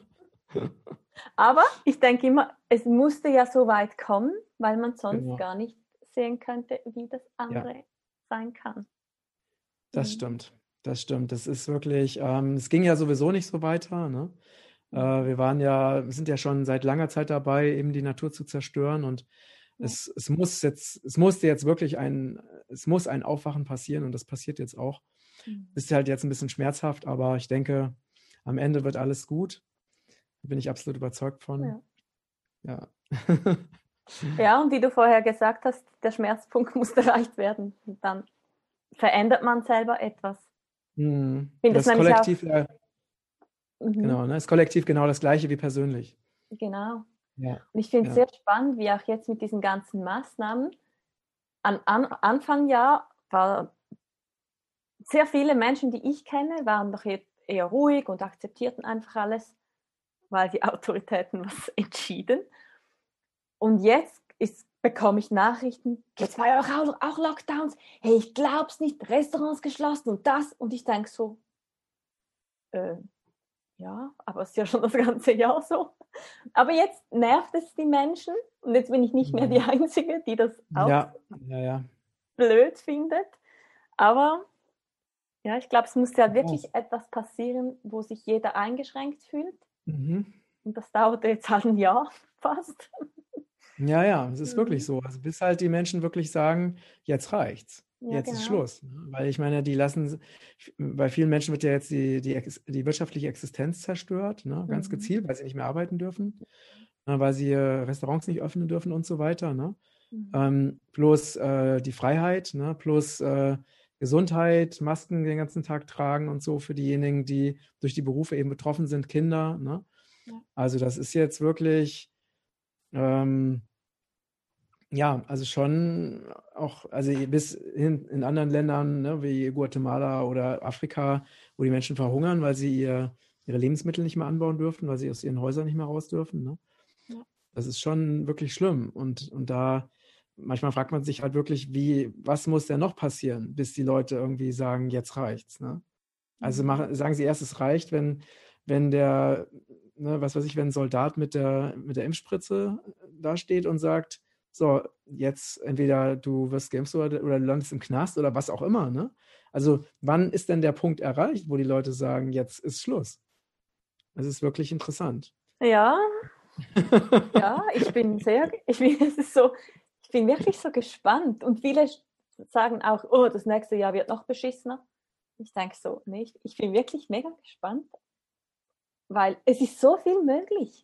Aber ich denke immer, es musste ja so weit kommen, weil man sonst genau. gar nicht sehen könnte, wie das andere ja. sein kann. Das mhm. stimmt. Das stimmt, das ist wirklich, ähm, es ging ja sowieso nicht so weiter, ne? Mhm. Äh, wir waren ja, wir sind ja schon seit langer Zeit dabei, eben die Natur zu zerstören und ja. es, es muss jetzt, es musste jetzt wirklich ein, es muss ein Aufwachen passieren und das passiert jetzt auch. Mhm. Ist halt jetzt ein bisschen schmerzhaft, aber ich denke, am Ende wird alles gut. Da bin ich absolut überzeugt von. Ja. Ja. Ja, und wie du vorher gesagt hast, der Schmerzpunkt muss erreicht werden. Und dann verändert man selber etwas. Hm. Das, das Kollektiv, auch, ja, mhm. genau, ne? Das Kollektiv genau das Gleiche wie persönlich. Genau. Ja. Und ich finde es ja. sehr spannend, wie auch jetzt mit diesen ganzen Maßnahmen an, an Anfang ja war sehr viele Menschen, die ich kenne, waren doch eher, eher ruhig und akzeptierten einfach alles, weil die Autoritäten was entschieden. Und jetzt ist, bekomme ich Nachrichten, gibt es bei euch auch, auch Lockdowns? Hey, ich glaub's nicht, Restaurants geschlossen und das. Und ich denke so, äh, ja, aber es ist ja schon das ganze Jahr so. Aber jetzt nervt es die Menschen und jetzt bin ich nicht mehr die Einzige, die das auch Ja, ja, ja. blöd findet. Aber ja, ich glaube, es muss ja wirklich Oh. etwas passieren, wo sich jeder eingeschränkt fühlt. Mhm. Und das dauert jetzt halt ein Jahr fast. Ja, ja, es ist Mhm. wirklich so. Also bis halt die Menschen wirklich sagen, jetzt reicht's. Ja, Jetzt ist genau. Schluss. ne? Weil ich meine, die lassen, bei vielen Menschen wird ja jetzt die, die, Ex- die wirtschaftliche Existenz zerstört, ne? Ganz Mhm. gezielt, weil sie nicht mehr arbeiten dürfen, ne? Weil sie äh, Restaurants nicht öffnen dürfen und so weiter, ne? Mhm. Ähm, plus äh, die Freiheit, ne? Plus äh, Gesundheit, Masken den ganzen Tag tragen und so für diejenigen, die durch die Berufe eben betroffen sind, Kinder, ne? Ja. Also das ist jetzt wirklich, ähm, ja, also schon auch, also bis hin in anderen Ländern, ne, wie Guatemala oder Afrika, wo die Menschen verhungern, weil sie ihr, ihre Lebensmittel nicht mehr anbauen dürfen, weil sie aus ihren Häusern nicht mehr raus dürfen. Ne? Ja. Das ist schon wirklich schlimm. Und, und da manchmal fragt man sich halt wirklich, wie, was muss denn noch passieren, bis die Leute irgendwie sagen, jetzt reicht's. Ne? Also Mhm. machen, sagen sie erst, es reicht, wenn, wenn der, ne, was weiß ich, wenn ein Soldat mit der, mit der Impfspritze da steht und sagt, so, jetzt entweder du wirst geimpft oder, oder du landest im Knast oder was auch immer. Ne? Also wann ist denn der Punkt erreicht, wo die Leute sagen, jetzt ist Schluss? Das ist wirklich interessant. Ja, ja, ich bin sehr, ich bin, es ist so, ich bin wirklich so gespannt. Und viele sagen auch, oh, das nächste Jahr wird noch beschissener. Ich denke so, nee, ich, ich bin wirklich mega gespannt, weil es ist so viel möglich.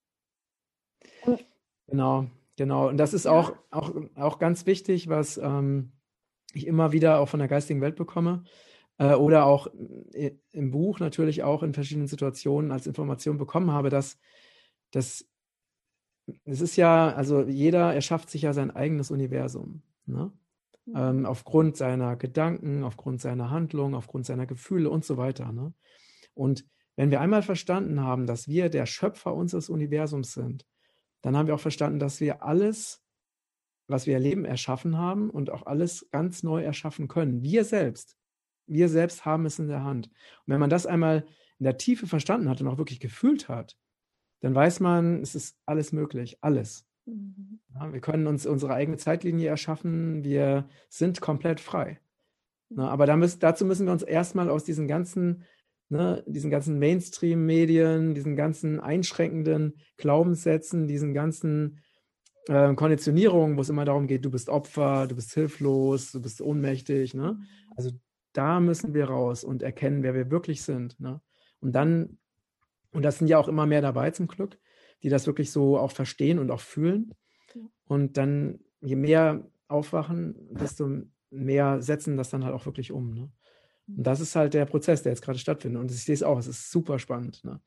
Und Genau, genau. Und das ist ja, auch, auch, auch ganz wichtig, was ähm, ich immer wieder auch von der geistigen Welt bekomme äh, oder auch i- im Buch natürlich auch in verschiedenen Situationen als Information bekommen habe, dass das, es ist ja, also jeder erschafft sich ja sein eigenes Universum, ne? mhm. Ähm, aufgrund seiner Gedanken, aufgrund seiner Handlung, aufgrund seiner Gefühle und so weiter, ne? Und wenn wir einmal verstanden haben, dass wir der Schöpfer unseres Universums sind, dann haben wir auch verstanden, dass wir alles, was wir erleben, erschaffen haben und auch alles ganz neu erschaffen können. Wir selbst. Wir selbst haben es in der Hand. Und wenn man das einmal in der Tiefe verstanden hat und auch wirklich gefühlt hat, dann weiß man, es ist alles möglich. Alles. Mhm. Ja, wir können uns unsere eigene Zeitlinie erschaffen. Wir sind komplett frei. Ne, aber da müssen, dazu müssen wir uns erstmal aus diesen ganzen, ne, diesen ganzen Mainstream-Medien, diesen ganzen einschränkenden Glaubenssätzen, diesen ganzen äh, Konditionierungen, wo es immer darum geht, du bist Opfer, du bist hilflos, du bist ohnmächtig. Ne? Mhm. Also da müssen wir raus und erkennen, wer wir wirklich sind. Ne? Und dann, und das sind ja auch immer mehr dabei zum Glück, die das wirklich so auch verstehen und auch fühlen. Ja. Und dann, je mehr aufwachen, desto mehr setzen das dann halt auch wirklich um. Ne? Und das ist halt der Prozess, der jetzt gerade stattfindet. Und ich sehe es auch, es ist super spannend. Ne?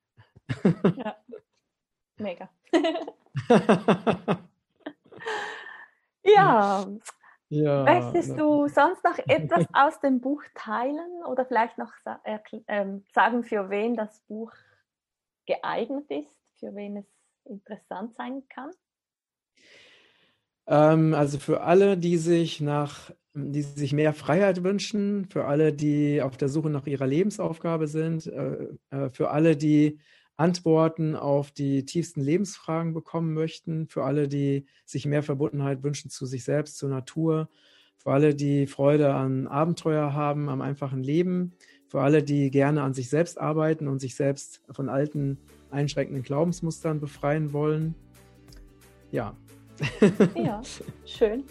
Ja, mega. Ja, Ja, möchtest na- du sonst noch etwas aus dem Buch teilen oder vielleicht noch sa- erkl- ähm, sagen, für wen das Buch geeignet ist, für wen es interessant sein kann? Ähm, also für alle, die sich nach, die sich mehr Freiheit wünschen, für alle, die auf der Suche nach ihrer Lebensaufgabe sind, äh, äh, für alle, die Antworten auf die tiefsten Lebensfragen bekommen möchten, für alle, die sich mehr Verbundenheit wünschen zu sich selbst, zur Natur, für alle, die Freude an Abenteuer haben, am einfachen Leben, für alle, die gerne an sich selbst arbeiten und sich selbst von alten, einschränkenden Glaubensmustern befreien wollen. Ja. Ja, schön.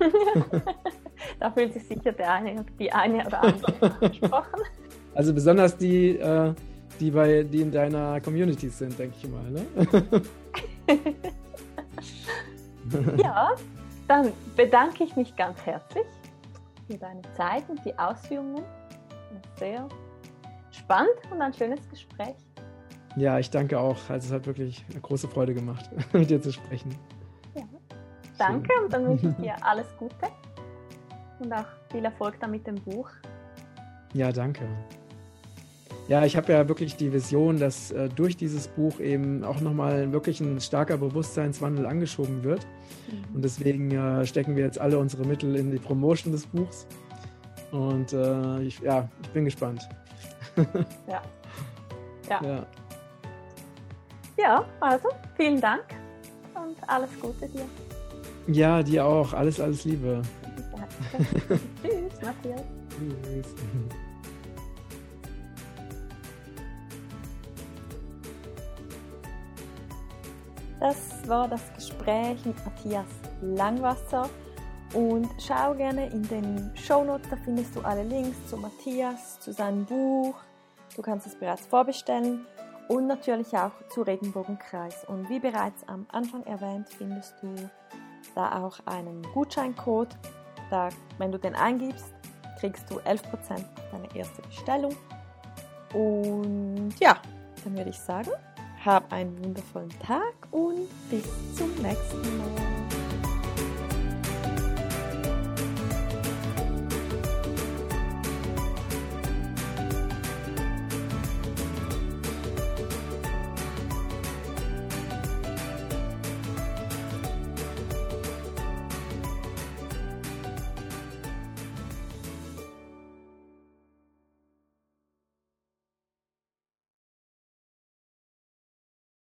Da fühlt sich sicher der eine, die eine oder andere angesprochen. Also besonders die, äh, die, bei, die in deiner Community sind, denke ich mal. Ne? Ja, dann bedanke ich mich ganz herzlich für deine Zeit und die Ausführungen. Sehr spannend und ein schönes Gespräch. Ja, ich danke auch. Also es hat wirklich eine große Freude gemacht, mit dir zu sprechen. Ja. Danke und dann wünsche ich dir alles Gute und auch viel Erfolg dann mit dem Buch. Ja, danke. Ja, ich habe ja wirklich die Vision, dass äh, durch dieses Buch eben auch nochmal wirklich ein starker Bewusstseinswandel angeschoben wird. Mhm. Und deswegen äh, stecken wir jetzt alle unsere Mittel in die Promotion des Buchs. Und äh, ich, ja, ich bin gespannt. Ja. Ja. Ja. Ja, also vielen Dank und alles Gute dir. Ja, dir auch. Alles, alles Liebe. Tschüss, Matthias. Tschüss. Das war das Gespräch mit Matthias Langwasser und schau gerne in den Shownotes, da findest du alle Links zu Matthias, zu seinem Buch, du kannst es bereits vorbestellen und natürlich auch zu Regenbogenkreis. Und wie bereits am Anfang erwähnt, findest du da auch einen Gutscheincode, da, wenn du den eingibst, kriegst du elf Prozent auf deine erste Bestellung. Und ja, dann würde ich sagen, hab einen wundervollen Tag und bis zum nächsten Mal.